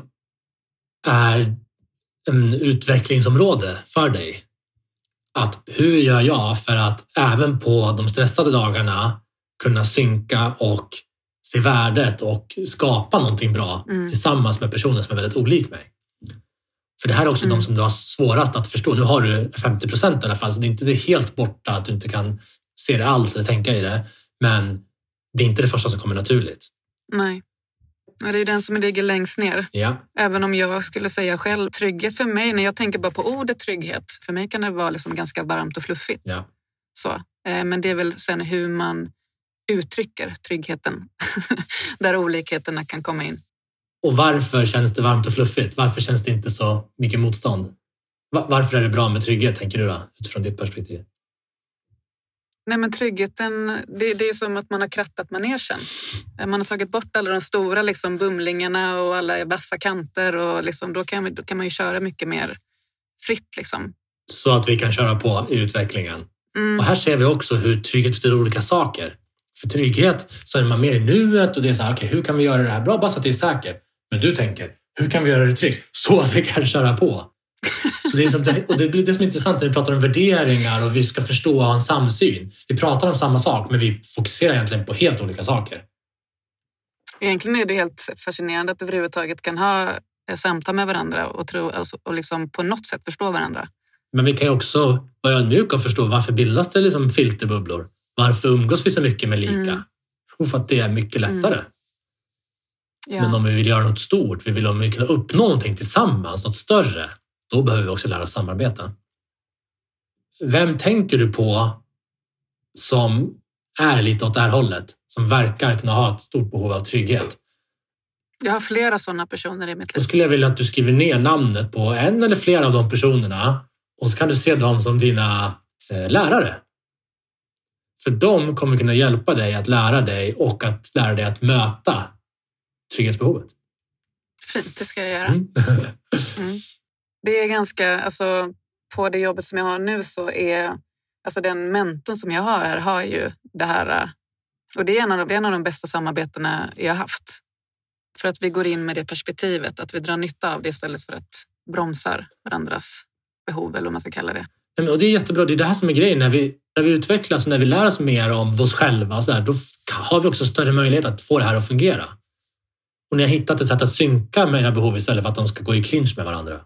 är en utvecklingsområde för dig. Att hur gör jag för att även på de stressade dagarna kunna synka och se värdet och skapa någonting bra mm. tillsammans med personer som är väldigt olik mig. För det här är också mm. de som du har svårast att förstå. Nu har du femtio procent i alla fall, så det är inte helt borta att du inte kan se det allt eller tänka i det. Men det är inte det första som kommer naturligt. Nej. Ja, det är den som ligger längst ner. Ja. Även om jag skulle säga själv, trygghet för mig, när jag tänker bara på ordet trygghet, för mig kan det vara liksom ganska varmt och fluffigt. Ja. Så. Men det är väl sen hur man uttrycker tryggheten, där olikheterna kan komma in. Och varför känns det varmt och fluffigt? Varför känns det inte så mycket motstånd? Varför är det bra med trygghet, tänker du då, utifrån ditt perspektiv? Nej, men tryggheten, det, det är som att man har krattat manegen. Man har tagit bort alla de stora liksom, bumlingarna och alla vassa kanter och liksom, då, kan, då kan man ju köra mycket mer fritt. Liksom. Så att vi kan köra på i utvecklingen. Mm. Och här ser vi också hur trygghet betyder olika saker. För trygghet så är man mer i nuet och det är så här, okej, okay, hur kan vi göra det här bra bara så att det är säkert? Men du tänker, hur kan vi göra det tryggt så att vi kan köra på? Så det är som det, och det är det som är intressant när vi pratar om värderingar och vi ska förstå och ha en samsyn. Vi pratar om samma sak men vi fokuserar egentligen på helt olika saker. Egentligen är det helt fascinerande att vi överhuvudtaget kan ha samtal med varandra och, tro, alltså, och liksom på något sätt förstå varandra. Men vi kan ju också vara ödmjuka och förstå varför bildas det liksom filterbubblor? Varför umgås vi så mycket med lika? Mm. För att det är mycket lättare. Mm. Ja. Men om vi vill göra något stort, vi vill om vi kan uppnå någonting tillsammans, något större, då behöver vi också lära oss samarbeta. Vem tänker du på som är lite åt det här hållet? Som verkar kunna ha ett stort behov av trygghet? Jag har flera sådana personer i mitt liv. Då skulle jag vilja att du skriver ner namnet på en eller flera av de personerna och så kan du se dem som dina eh, lärare. För de kommer kunna hjälpa dig att lära dig och att lära dig att möta trygghetsbehovet. Fint, det ska jag göra. Mm. Mm. Det är ganska, alltså på det jobbet som jag har nu så är, alltså den mentorn som jag har här har ju det här, och det är en av de, det är en av de bästa samarbetena jag har haft. För att vi går in med det perspektivet, att vi drar nytta av det istället för att bromsar varandras behov eller vad man ska kalla det. Och det är jättebra, det är det här som är grejen. När vi, när vi utvecklas och när vi lär oss mer om oss själva, så där, då har vi också större möjlighet att få det här att fungera. Och ni har hittat ett sätt att synka med era behov istället för att de ska gå i clinch med varandra.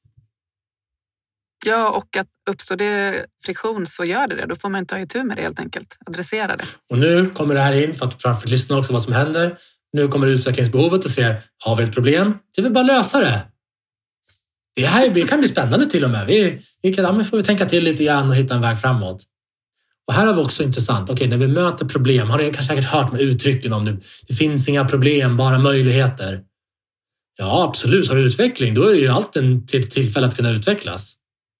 Ja, och att uppstår det friktion så gör det det. Då får man ta itu med det helt enkelt. Adressera det. Och nu kommer det här in för att, för att lyssna också vad som händer. Nu kommer utvecklingsbehovet och ser, har vi ett problem? Det vill bara lösa det. Det här kan bli spännande till och med. Vi, vi kan, ja, men får vi tänka till lite grann och hitta en väg framåt. Och här har vi också intressant. Okej, när vi möter problem, har ni kanske säkert hört med uttrycken om det, det finns inga problem, bara möjligheter. Ja, absolut. Har du utveckling, då är det ju alltid en till, tillfälle att kunna utvecklas.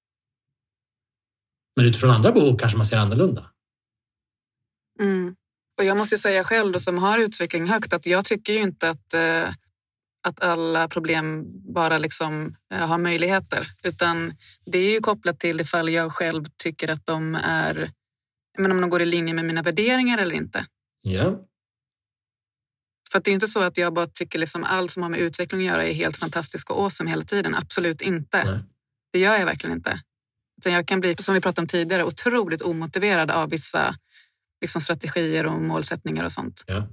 Men utifrån andra behov kanske man ser annorlunda. Mm. Och jag måste säga själv då, som har utveckling högt, att jag tycker ju inte att, eh, att alla problem bara liksom eh, har möjligheter. Utan det är ju kopplat till ifall jag själv tycker att de är, men om de går i linje med mina värderingar eller inte. Ja. För att det är ju inte så att jag bara tycker liksom allt som har med utveckling att göra är helt fantastiskt och awesome hela tiden. Absolut inte. Nej. Det gör jag verkligen inte. Utan jag kan bli, som vi pratade om tidigare, otroligt omotiverad av vissa liksom, strategier och målsättningar och sånt. Ja.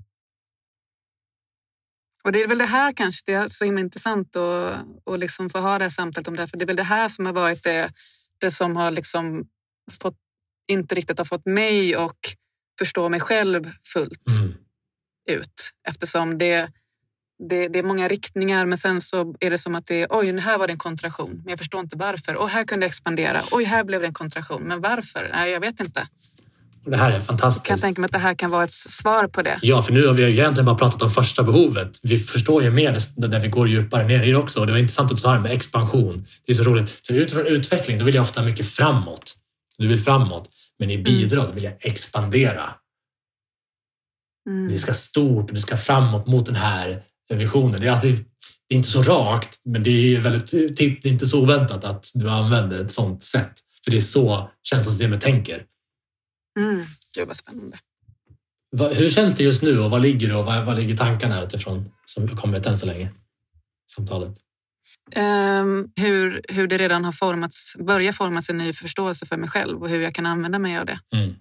Och det är väl det här kanske, det är så himla intressant att, att liksom få ha det här samtalet om det. För det är väl det här som har varit det, det som har liksom fått, inte riktigt har fått mig och förstå mig själv fullt Mm. ut. Eftersom det, det, det är många riktningar, men sen så är det som att det är, oj, här var det en kontraktion, men jag förstår inte varför. Och här kunde jag expandera, oj, här blev det en kontraktion, men varför? Nej, jag vet inte. Och det här är fantastiskt. Kan jag tänka mig att det här kan vara ett svar på det? Ja, för nu har vi egentligen bara pratat om första behovet. Vi förstår ju mer när vi går djupare ner i det också. Och det var intressant att du sa det med expansion. Det är så roligt. För utifrån utveckling, då vill jag ofta mycket framåt. Du vill framåt. Men i bidrag, mm. då vill jag expandera. Mm. Det ska stort och det ska framåt mot den här visionen. Det är, alltså, det är inte så rakt, men det är väldigt typ, det är inte så oväntat att du använder ett sånt sätt. För det är så känslosystemet tänker. Mm. Gud vad spännande. Va, hur känns det just nu och vad ligger det och vad, vad ligger tankarna utifrån som har kommit än så länge? Samtalet. Um, hur, hur det redan har formats, börjat formas en ny förståelse för mig själv och hur jag kan använda mig av det. Mm.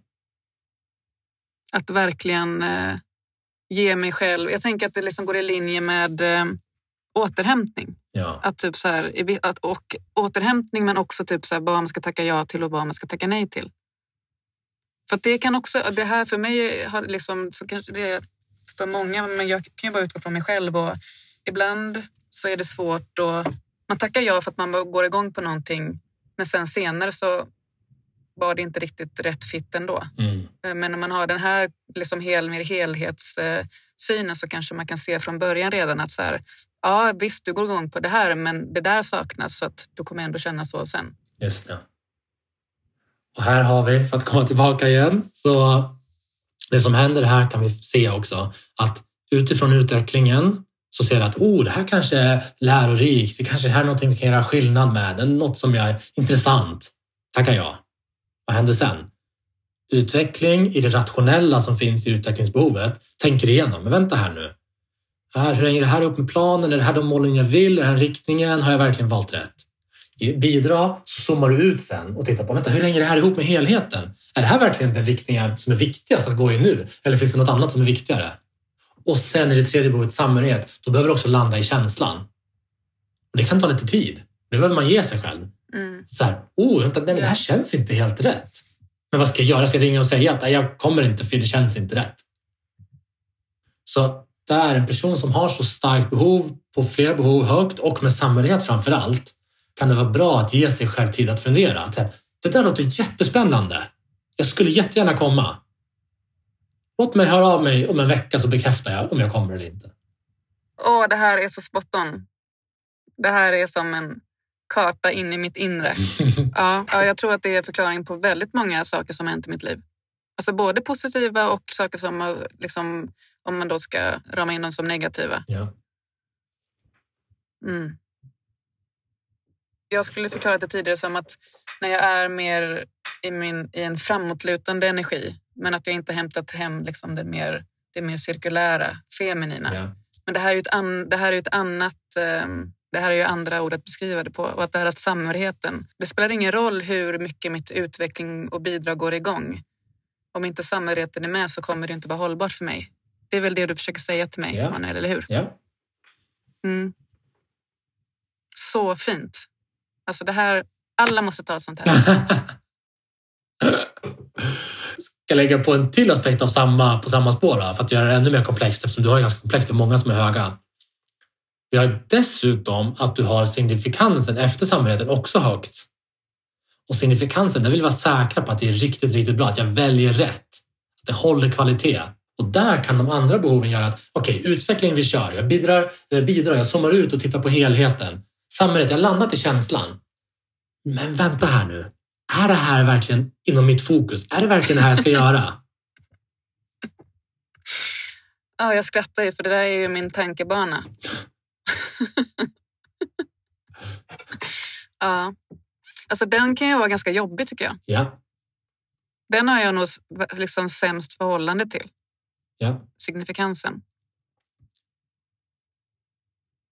Att verkligen uh, ge mig själv, jag tänker att det liksom går i linje med uh, återhämtning. Ja. Att typ så här, att, och återhämtning, men också typ så här, vad man ska tacka ja till och vad man ska tacka nej till. För att det kan också, det här för mig har liksom, så kanske det är för många, men jag kan ju bara utgå från mig själv och ibland så är det svårt och man tackar ja för att man går igång på någonting, men sen senare så var det inte riktigt rätt fit ändå. Mm. Men när man har den här liksom hel, mer helhetssynen så kanske man kan se från början redan att så här, ja visst du går igång på det här, men det där saknas, så att du kommer ändå känna så sen. Just det. Och här har vi, för att komma tillbaka igen, så det som händer här kan vi se också att utifrån utvecklingen så ser jag att oh, det här kanske är lärorikt, vi kanske här är någonting vi kan göra skillnad med, det är något som är intressant. Tackar jag. Vad händer sen? Utveckling i det rationella som finns i utvecklingsbehovet tänker igenom, men vänta här nu. Här, hur hänger det här upp med planen? Är det här de målen jag vill? Är det här riktningen? Har jag verkligen valt rätt? I bidra så zoomar du ut sen och tittar på, vänta, hur hänger det här ihop med helheten? Är det här verkligen den riktningen som är viktigast att gå i nu? Eller finns det något annat som är viktigare? Och sen i det tredje behovet, samhörighet, då behöver du också landa i känslan. Och det kan ta lite tid. Det behöver man ge sig själv. Mm. Så här, oh, vänta, nej, det här känns inte helt rätt. Men vad ska jag göra? Jag ska ringa och säga att nej, jag kommer inte för det känns inte rätt. Så det är en person som har så starkt behov, på flera behov högt och med samhörighet framför allt, kan det vara bra att ge sig själv tid att fundera. Att, det där låter jättespännande. Jag skulle jättegärna komma. Låt mig höra av mig om en vecka så bekräftar jag om jag kommer eller inte. Åh, det här är så spot on. Det här är som en karta in i mitt inre. Ja, ja, jag tror att det är förklaring på väldigt många saker som har hänt i mitt liv. Alltså både positiva och saker som har, liksom, om man då ska rama in dem som negativa. Ja. Mm. Jag skulle förklara det tidigare som att när jag är mer i, min, i en framåtlutande energi, men att jag inte hämtat hem liksom det, mer, det mer cirkulära, feminina. Ja. Men det här är ju ett, an, det här är ett annat, um, det här är ju andra ord att beskriva det på. Och att det här att samhörigheten, det spelar ingen roll hur mycket mitt utveckling och bidrag går igång. Om inte samhörigheten är med så kommer det inte vara hållbart för mig. Det är väl det du försöker säga till mig, ja. Manuel, eller hur? Ja. Mm. Så fint. Alltså det här, alla måste ta sånt här. Ska lägga på en till aspekt av samma, på samma spår då, för att göra det ännu mer komplext, eftersom du har ganska komplext och många som är höga. Vi har dessutom att du har signifikansen efter samhörigheten också högt. Och signifikansen, där vill vara säkra på att det är riktigt, riktigt bra, att jag väljer rätt. Att det håller kvalitet. Och där kan de andra behoven göra att okej, okay, utveckling vi kör, jag bidrar, bidrar, jag zoomar ut och tittar på helheten. Samhörighet, jag har landat i känslan. Men vänta här nu. Är det här verkligen inom mitt fokus? Är det verkligen det här jag ska göra? Ja, jag skrattar ju för det där är ju min tankebana. Ja. Alltså den kan ju vara ganska jobbig tycker jag. Ja. Den har jag nog liksom sämst förhållande till. Ja. Signifikansen.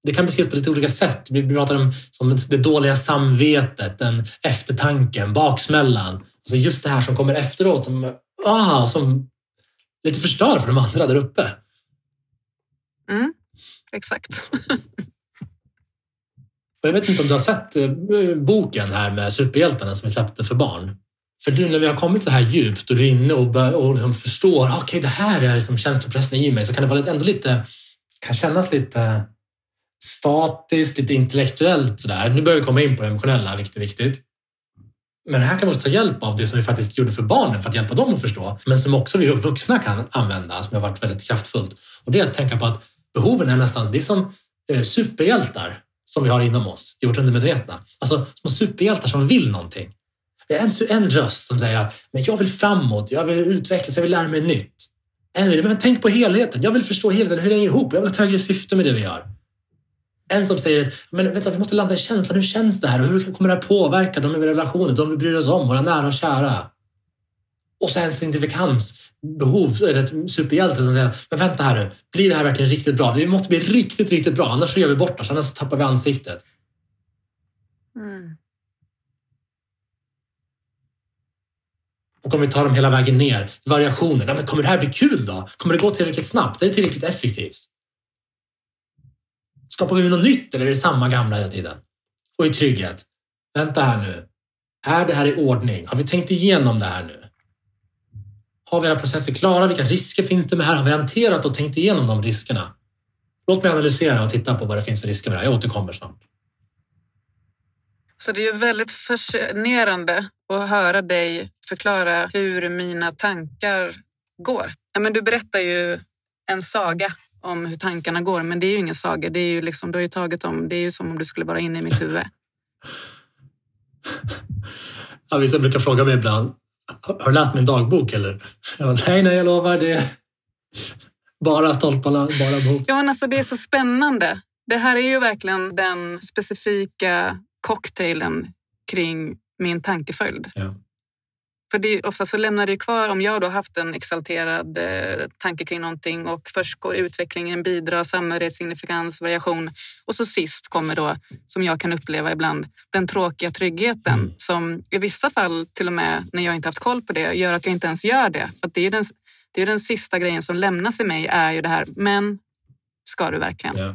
det kan beskrivas på lite olika sätt. Vi pratar om som det dåliga samvetet, den eftertanken, baksmällan. Alltså just det här som kommer efteråt som, ah, som lite förstör för de andra där uppe. Mm, exakt. Och jag vet inte om du har sett boken här med superhjältarna som vi släppte för barn. För nu när vi har kommit så här djupt och du är inne och, bör, och de förstår okej, okay, det här är liksom känsloprocessen i mig, så kan det vara ändå lite, kan kännas lite statiskt, lite intellektuellt sådär. Nu börjar vi komma in på det emotionella, vilket är viktigt. Men här kan vi också ta hjälp av det som vi faktiskt gjorde för barnen för att hjälpa dem att förstå, men som också vi vuxna kan använda, som har varit väldigt kraftfullt. Och det är att tänka på att behoven är nästan, det är som eh, superhjältar som vi har inom oss, i vårt undermedvetna. Alltså små superhjältar som vill någonting. Det är en, en röst som säger att men jag vill framåt, jag vill utvecklas, jag vill lära mig nytt. Men tänk på helheten, jag vill förstå helheten, hur det hänger ihop, jag vill ha ett högre syfte med det vi gör. En som säger, men vänta, vi måste landa i känslan, hur känns det här och hur kommer det här påverka de i relationer, de vi bryr oss om, våra nära och kära. Och sen signifikansbehov, är det ett superhjälte som säger, men vänta här nu, blir det här verkligen riktigt bra? Vi måste bli riktigt, riktigt bra, annars så gör vi bort oss, annars så tappar vi ansiktet. Mm. Och om vi tar dem hela vägen ner, variationer, ja, men kommer det här bli kul då? Kommer det gå tillräckligt snabbt? Är det tillräckligt effektivt? Skapar vi något nytt eller är det samma gamla hela tiden? Och i trygghet. Vänta här nu. Är det här i ordning? Har vi tänkt igenom det här nu? Har vi era processer klara? Vilka risker finns det med här? Har vi hanterat och tänkt igenom de riskerna? Låt mig analysera och titta på vad det finns för risker med det här. Jag återkommer snart. Så det är ju väldigt fascinerande att höra dig förklara hur mina tankar går. Ja, men du berättar ju en saga om hur tankarna går, men det är ju ingen saga. Det är ju liksom, du har ju tagit om, det är ju som om du skulle vara inne i mitt huvud. Ja, vissa brukar fråga mig ibland, har du läst min dagbok eller? Ja, nej, nej, jag lovar det. Bara stolparna, bara bok. Ja, men alltså det är så spännande. Det här är ju verkligen den specifika cocktailen kring min tankeföljd. Ja. För det är, ofta så lämnar det kvar, om jag då haft en exalterad eh, tanke kring någonting och först går utvecklingen, bidrar, samhörighet, signifikans, variation och så sist kommer då, som jag kan uppleva ibland, den tråkiga tryggheten mm. som i vissa fall till och med när jag inte haft koll på det gör att jag inte ens gör det. För att det är den, det är den sista grejen som lämnas i mig är ju det här, men ska du verkligen? Ja.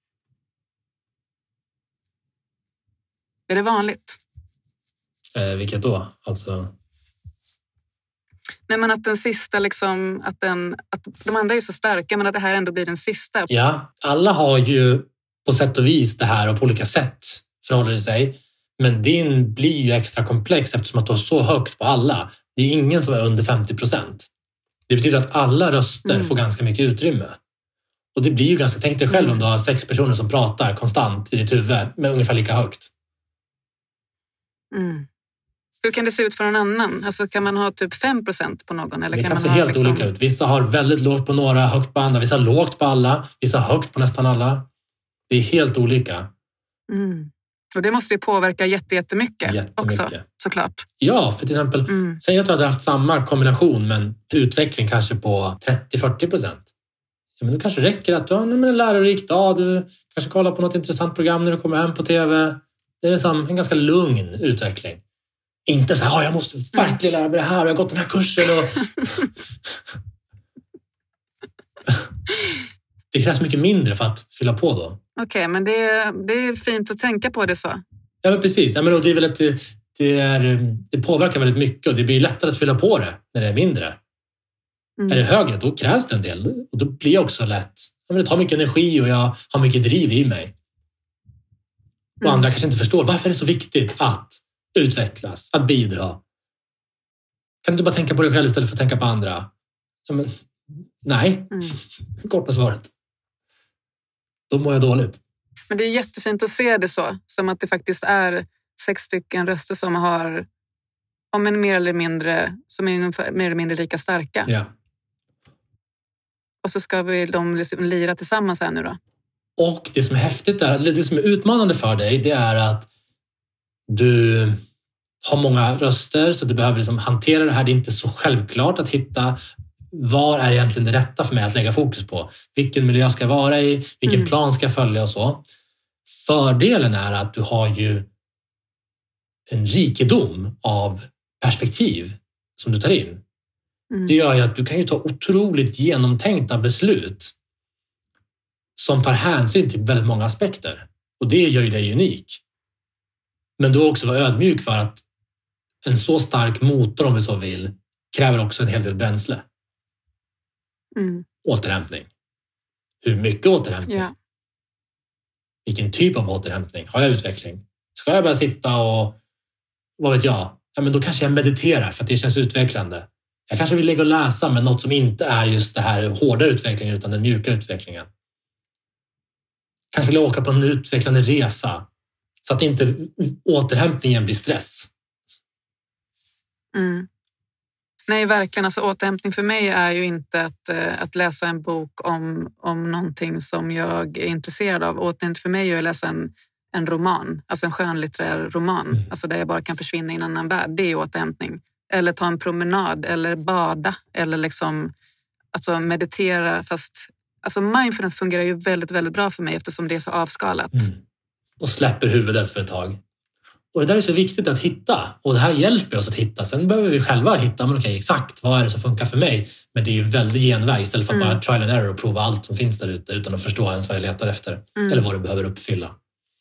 Är det vanligt? Eh, vilket då? Alltså... Nej, men att den sista liksom, att, den, att de andra är så starka men att det här ändå blir den sista. Ja, alla har ju på sätt och vis det här och på olika sätt förhåller det sig. Men din blir ju extra komplex eftersom att du har så högt på alla. Det är ingen som är under femtio procent. Det betyder att alla röster mm. får ganska mycket utrymme. Och det blir ju ganska, tänk dig själv om du har sex personer som pratar konstant i ditt huvud med ungefär lika högt. Mm. Hur kan det se ut för någon annan? Alltså kan man ha typ fem procent på någon? Eller det kan, kan man se ha helt liksom... olika ut. Vissa har väldigt lågt på några, högt på andra. Vissa har lågt på alla. Vissa har högt på nästan alla. Det är helt olika. Mm. Och det måste ju påverka jättemycket, jättemycket också, såklart. Ja, för till exempel, mm. säg att du hade haft samma kombination men utveckling kanske på trettio till fyrtio procent. Ja, men det kanske räcker att du har en lärorik dag. Du kanske kollar på något intressant program när du kommer hem på tv. Det är liksom en ganska lugn utveckling. Inte så här, jag måste verkligen lära mig det här och jag har gått den här kursen. Och... det krävs mycket mindre för att fylla på då. Okej, okay, men det är, det är fint att tänka på det så. Ja, men precis. Ja, men det, är väl ett, det, är, det påverkar väldigt mycket och det blir lättare att fylla på det när det är mindre. Mm. Är det högre, då krävs det en del. Och då blir det också lätt. Ja, men det tar mycket energi och jag har mycket driv i mig. Och mm. andra kanske inte förstår varför det är så viktigt att utvecklas, att bidra. Kan du bara tänka på dig själv istället för att tänka på andra? Ja, men, nej, mm. korta svaret. Då mår jag dåligt. Men det är jättefint att se det så. Som att det faktiskt är sex stycken röster som har ja, men mer eller mindre som är ungefär, mer eller mindre lika starka. Ja. Och så ska vi de liksom lira tillsammans här nu då. Och det som är häftigt är, eller det som är utmanande för dig, det är att du har många röster så du behöver liksom hantera det här. Det är inte så självklart att hitta vad är egentligen det rätta för mig att lägga fokus på? Vilken miljö ska jag vara i? Vilken mm. plan ska jag följa och så? Fördelen är att du har ju en rikedom av perspektiv som du tar in. Mm. Det gör ju att du kan ju ta otroligt genomtänkta beslut som tar hänsyn till väldigt många aspekter. Och det gör ju dig unik. Men du också vara ödmjuk för att en så stark motor, om vi så vill, kräver också en hel del bränsle. Mm. Återhämtning. Hur mycket återhämtning? Ja. Vilken typ av återhämtning? Har jag utveckling? Ska jag bara sitta och, vad vet jag? Ja, men då kanske jag mediterar för att det känns utvecklande. Jag kanske vill lägga och läsa, men något som inte är just det här hårda utvecklingen utan den mjuka utvecklingen. Kanske vill jag åka på en utvecklande resa så att inte återhämtningen blir stress. Mm. Nej, verkligen. Alltså, återhämtning för mig är ju inte att, att läsa en bok om, om någonting som jag är intresserad av. Återhämtning för mig är att läsa en, en roman, alltså en skönlitterär roman, mm. alltså där jag bara kan försvinna in i en annan värld. Det är återhämtning. Eller ta en promenad, eller bada, eller liksom alltså meditera. Fast alltså mindfulness fungerar ju väldigt, väldigt bra för mig eftersom det är så avskalat. Mm. Och släpper huvudet för ett tag. Och det där är så viktigt att hitta. Och det här hjälper oss att hitta. Sen behöver vi själva hitta, men okej, exakt, vad är det som funkar för mig? Men det är ju en väldig genväg istället för att mm. bara trial and error och prova allt som finns där ute utan att förstå ens vad jag letar efter. Mm. Eller vad du behöver uppfylla.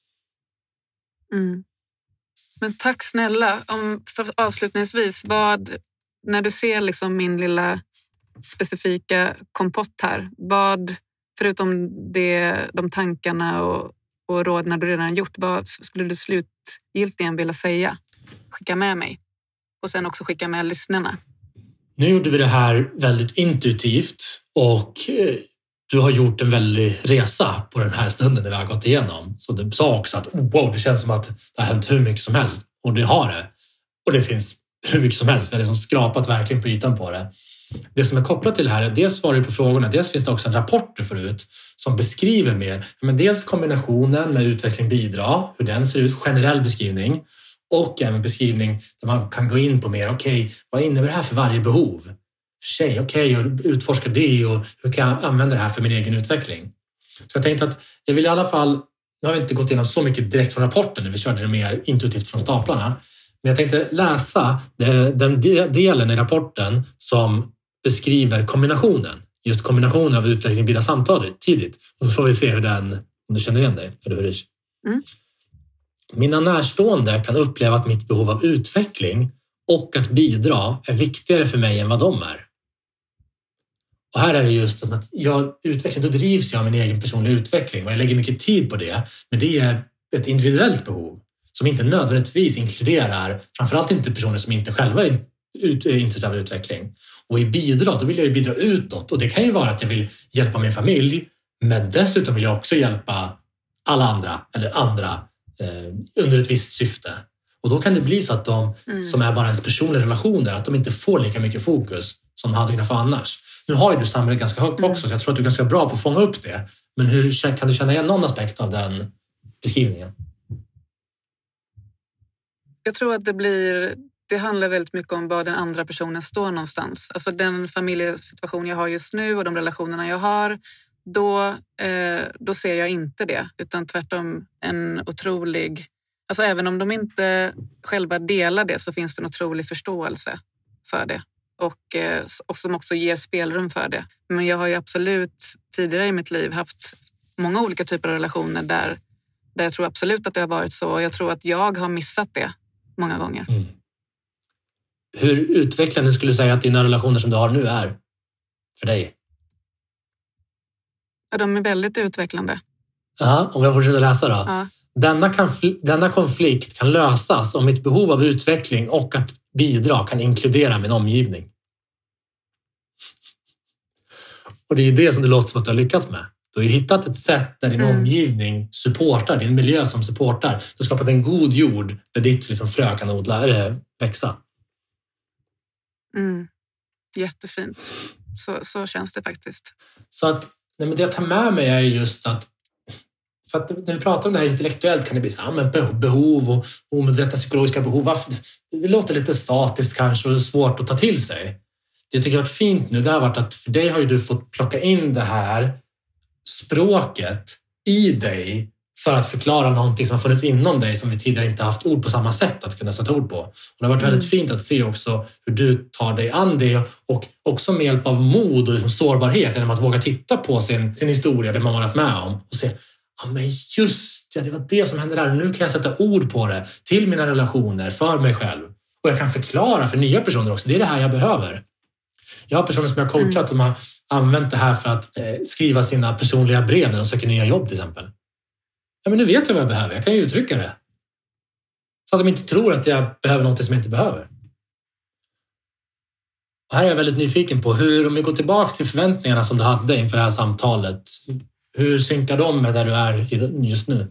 Mm. Men tack snälla. Om, för avslutningsvis, vad, när du ser liksom min lilla specifika kompott här, vad, förutom det, de tankarna och och rådna du redan gjort, vad skulle du slutgiltigen vilja säga? Skicka med mig. Och sen också skicka med lyssnarna. Nu gjorde vi det här väldigt intuitivt och du har gjort en väldig resa på den här stunden när vi har gått igenom. Så du sa också att wow, det känns som att det har hänt hur mycket som helst. Och det har det. Och det finns hur mycket som helst. Vi har liksom skrapat verkligen på ytan på det. Det som är kopplat till det här är dels svarar du på frågorna, dels finns det också en rapport du får ut som beskriver mer, men dels kombinationen med utveckling bidra, hur den ser ut, generell beskrivning och även beskrivning där man kan gå in på mer, okej, okay, vad innebär det här för varje behov? För sig, okej, okay, och utforska det och hur kan jag använda det här för min egen utveckling? Så jag tänkte att jag vill i alla fall, nu har vi inte gått igenom så mycket direkt från rapporten, vi körde det mer intuitivt från staplarna, men jag tänkte läsa den delen i rapporten som beskriver kombinationen. Just kombinationen av utveckling och bilda samtalet tidigt. Och så får vi se hur den, om du känner igen dig, eller hur? Mm. Mina närstående kan uppleva att mitt behov av utveckling och att bidra är viktigare för mig än vad de är. Och här är det just som att jag utveckling, då drivs jag av min egen personliga utveckling och jag lägger mycket tid på det. Men det är ett individuellt behov som inte nödvändigtvis inkluderar, framförallt inte personer som inte själva är intresserade av utveckling. Och i bidrag, då vill jag ju bidra utåt. Och det kan ju vara att jag vill hjälpa min familj, men dessutom vill jag också hjälpa alla andra eller andra eh, under ett visst syfte. Och då kan det bli så att de mm. som är bara ens personliga relationer, att de inte får lika mycket fokus som de hade kunnat få annars. Nu har ju du samhället ganska högt också, mm. så jag tror att du är ganska bra på att fånga upp det. Men hur kan du känna igen någon aspekt av den beskrivningen? Jag tror att det blir... Det handlar väldigt mycket om var den andra personen står någonstans. Alltså den familjesituation jag har just nu och de relationerna jag har, då, eh, då ser jag inte det. Utan tvärtom en otrolig... Alltså även om de inte själva delar det så finns det en otrolig förståelse för det. Och, eh, och som också ger spelrum för det. Men jag har ju absolut tidigare i mitt liv haft många olika typer av relationer där, där jag tror absolut att det har varit så. Och jag tror att jag har missat det många gånger. Mm. Hur utvecklande skulle du säga att dina relationer som du har nu är för dig? Ja, de är väldigt utvecklande. Ja, om jag fortsätter läsa då. Ja. Denna, konfl- denna konflikt kan lösas om mitt behov av utveckling och att bidra kan inkludera min omgivning. Och det är ju det som det låter som att du har lyckats med. Du har ju hittat ett sätt där din mm. omgivning supportar, din miljö som supportar. Du har skapat en god jord där ditt liksom frö kan odla, eller växa. Mm. Jättefint. Så, så känns det faktiskt. Så att, nej, men det jag tar med mig är just att, för att när vi pratar om det här intellektuellt kan det bli så här, men behov och omedvetna psykologiska behov. Det låter lite statiskt kanske och svårt att ta till sig. det tycker jag har varit fint nu, det har varit att för dig har ju du fått plocka in det här språket i dig för att förklara någonting som har funnits inom dig som vi tidigare inte haft ord på samma sätt att kunna sätta ord på. Och det har varit väldigt fint att se också hur du tar dig an det och också med hjälp av mod och liksom sårbarhet genom att våga titta på sin, sin historia, det man har varit med om och se, ja men just ja, det var det som hände där. Nu kan jag sätta ord på det till mina relationer, för mig själv. Och jag kan förklara för nya personer också, det är det här jag behöver. Jag har personer som jag har coachat mm. som har använt det här för att eh, skriva sina personliga brev när de söker nya jobb till exempel. Ja, men nu vet jag vad jag behöver. Jag kan ju uttrycka det. Så att de inte tror att jag behöver något som jag inte behöver. Och här är jag väldigt nyfiken på hur, om vi går tillbaka till förväntningarna som du hade inför det här samtalet. Hur synkar de med där du är just nu?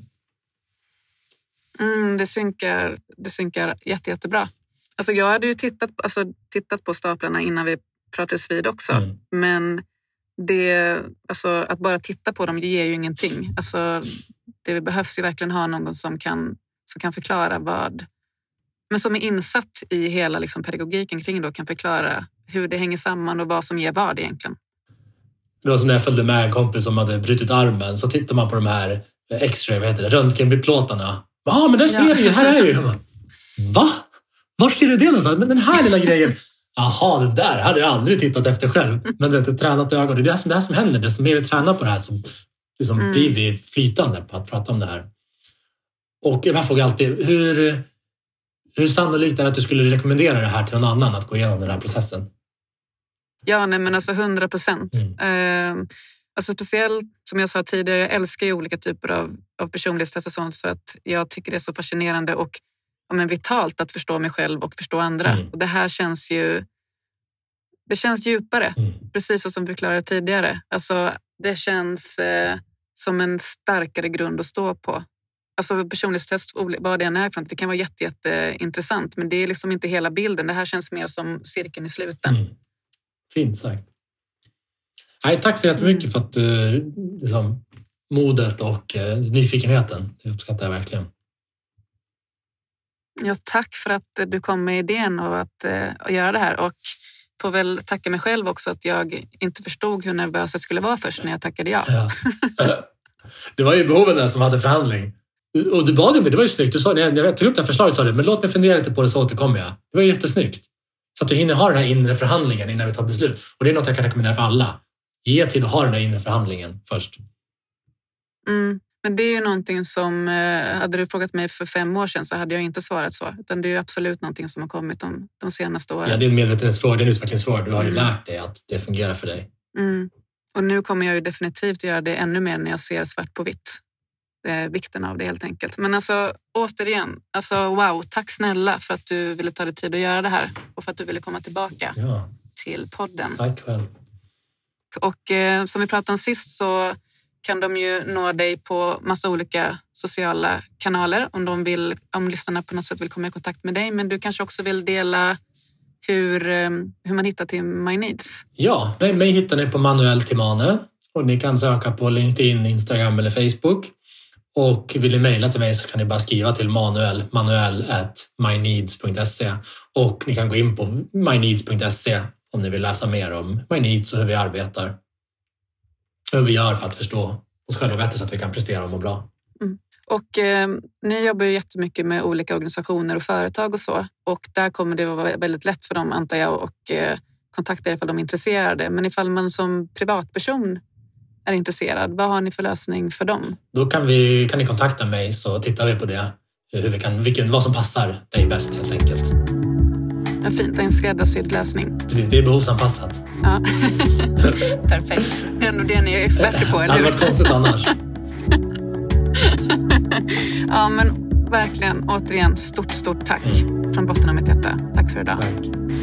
Mm, det synkar, det synkar jätte, jättebra. Alltså jag hade ju tittat, alltså, tittat på staplarna innan vi pratades vid också. Mm. Men det, alltså, att bara titta på dem ger ju ingenting. Alltså, det behövs ju verkligen ha någon som kan, som kan förklara vad... Men som är insatt i hela liksom, pedagogiken kring det, kan förklara hur det hänger samman och vad som ger vad egentligen. Det var som när jag följde med en kompis som hade brutit armen. Så tittar man på de här X-ray, vad heter det, röntgenplåtarna. Ja, men där ser ja. vi ju, här är ju. Va? Var ser du det någonstans? Men den här lilla grejen. Jaha, det där hade jag aldrig tittat efter själv. Men det är tränat ögon. Det är det som, det här som händer. Desto mer vi tränar på det här så liksom mm. blir vi flytande på att prata om det här. Och jag frågar alltid, hur, hur sannolikt är det att du skulle rekommendera det här till någon annan att gå igenom den här processen? Ja, nej men alltså hundra procent. Mm. Eh, alltså speciellt, som jag sa tidigare, jag älskar ju olika typer av, av personlighetstest och sånt för att jag tycker det är så fascinerande och ja, men vitalt att förstå mig själv och förstå andra. Mm. Och det här känns ju, det känns djupare, mm. precis så som vi förklarade tidigare. Alltså det känns eh, som en starkare grund att stå på. Alltså personlighetstest, vad det än är för något, det kan vara jätte, jätte intressant, men det är liksom inte hela bilden. Det här känns mer som cirkeln i sluten. Mm. Fint sagt. Nej, tack så jättemycket för att du, liksom, modet och eh, nyfikenheten. Det uppskattar jag verkligen. Ja, tack för att du kom med idén och att, eh, att göra det här. Och får väl tacka mig själv också att jag inte förstod hur nervös jag skulle vara först när jag tackade ja. ja. Det var ju behoven där som hade förhandling. Och du bad om det, det var ju snyggt. Du sa, jag, jag tog upp det här förslaget, sa du, men låt mig fundera lite på det så återkommer jag. Det var ju jättesnyggt. Så att du hinner ha den här inre förhandlingen innan vi tar beslut. Och det är något jag kan rekommendera för alla. Ge tid att ha den här inre förhandlingen först. Mm, men det är ju någonting som, hade du frågat mig för fem år sedan så hade jag inte svarat så. Utan det är ju absolut någonting som har kommit de, de senaste åren. Ja, det är en medvetenhetsfråga, det är en utvecklingsfråga. Du har ju mm. lärt dig att det fungerar för dig. Mm. Och nu kommer jag ju definitivt göra det ännu mer när jag ser svart på vitt. Eh, vikten av det helt enkelt. Men alltså återigen, alltså wow, tack snälla för att du ville ta dig tid att göra det här och för att du ville komma tillbaka ja. till podden. Tack själv. Och eh, som vi pratade om sist så kan de ju nå dig på massa olika sociala kanaler om de vill, om lyssnarna på något sätt vill komma i kontakt med dig, men du kanske också vill dela hur, hur man hittar till My Needs. Ja, mig, mig hittar ni på Manuel Timane och ni kan söka på LinkedIn, Instagram eller Facebook. Och vill ni mejla till mig så kan ni bara skriva till manuel, manuel at myneeds punkt se och ni kan gå in på myneeds punkt se om ni vill läsa mer om My Needs och hur vi arbetar. Hur vi gör för att förstå oss själva bättre så att vi kan prestera och må bra. Mm. Och eh, ni jobbar ju jättemycket med olika organisationer och företag och så. Och där kommer det vara väldigt lätt för dem, antar jag, och eh, kontakta er ifall de är intresserade. Men ifall man som privatperson är intresserad, vad har ni för lösning för dem? Då kan, vi, kan ni kontakta mig så tittar vi på det. Hur vi kan, vilken, vad som passar dig bäst helt enkelt. Ja, fint, en skräddarsydd lösning. Precis, det är behovsanpassat. Ja, perfekt. Det är ändå det ni är experter på, eller hur? Det hade varit konstigt annars. Ja, men verkligen, återigen, stort, stort tack. Mm. Från botten av mitt hjärta. Tack för idag. Tack.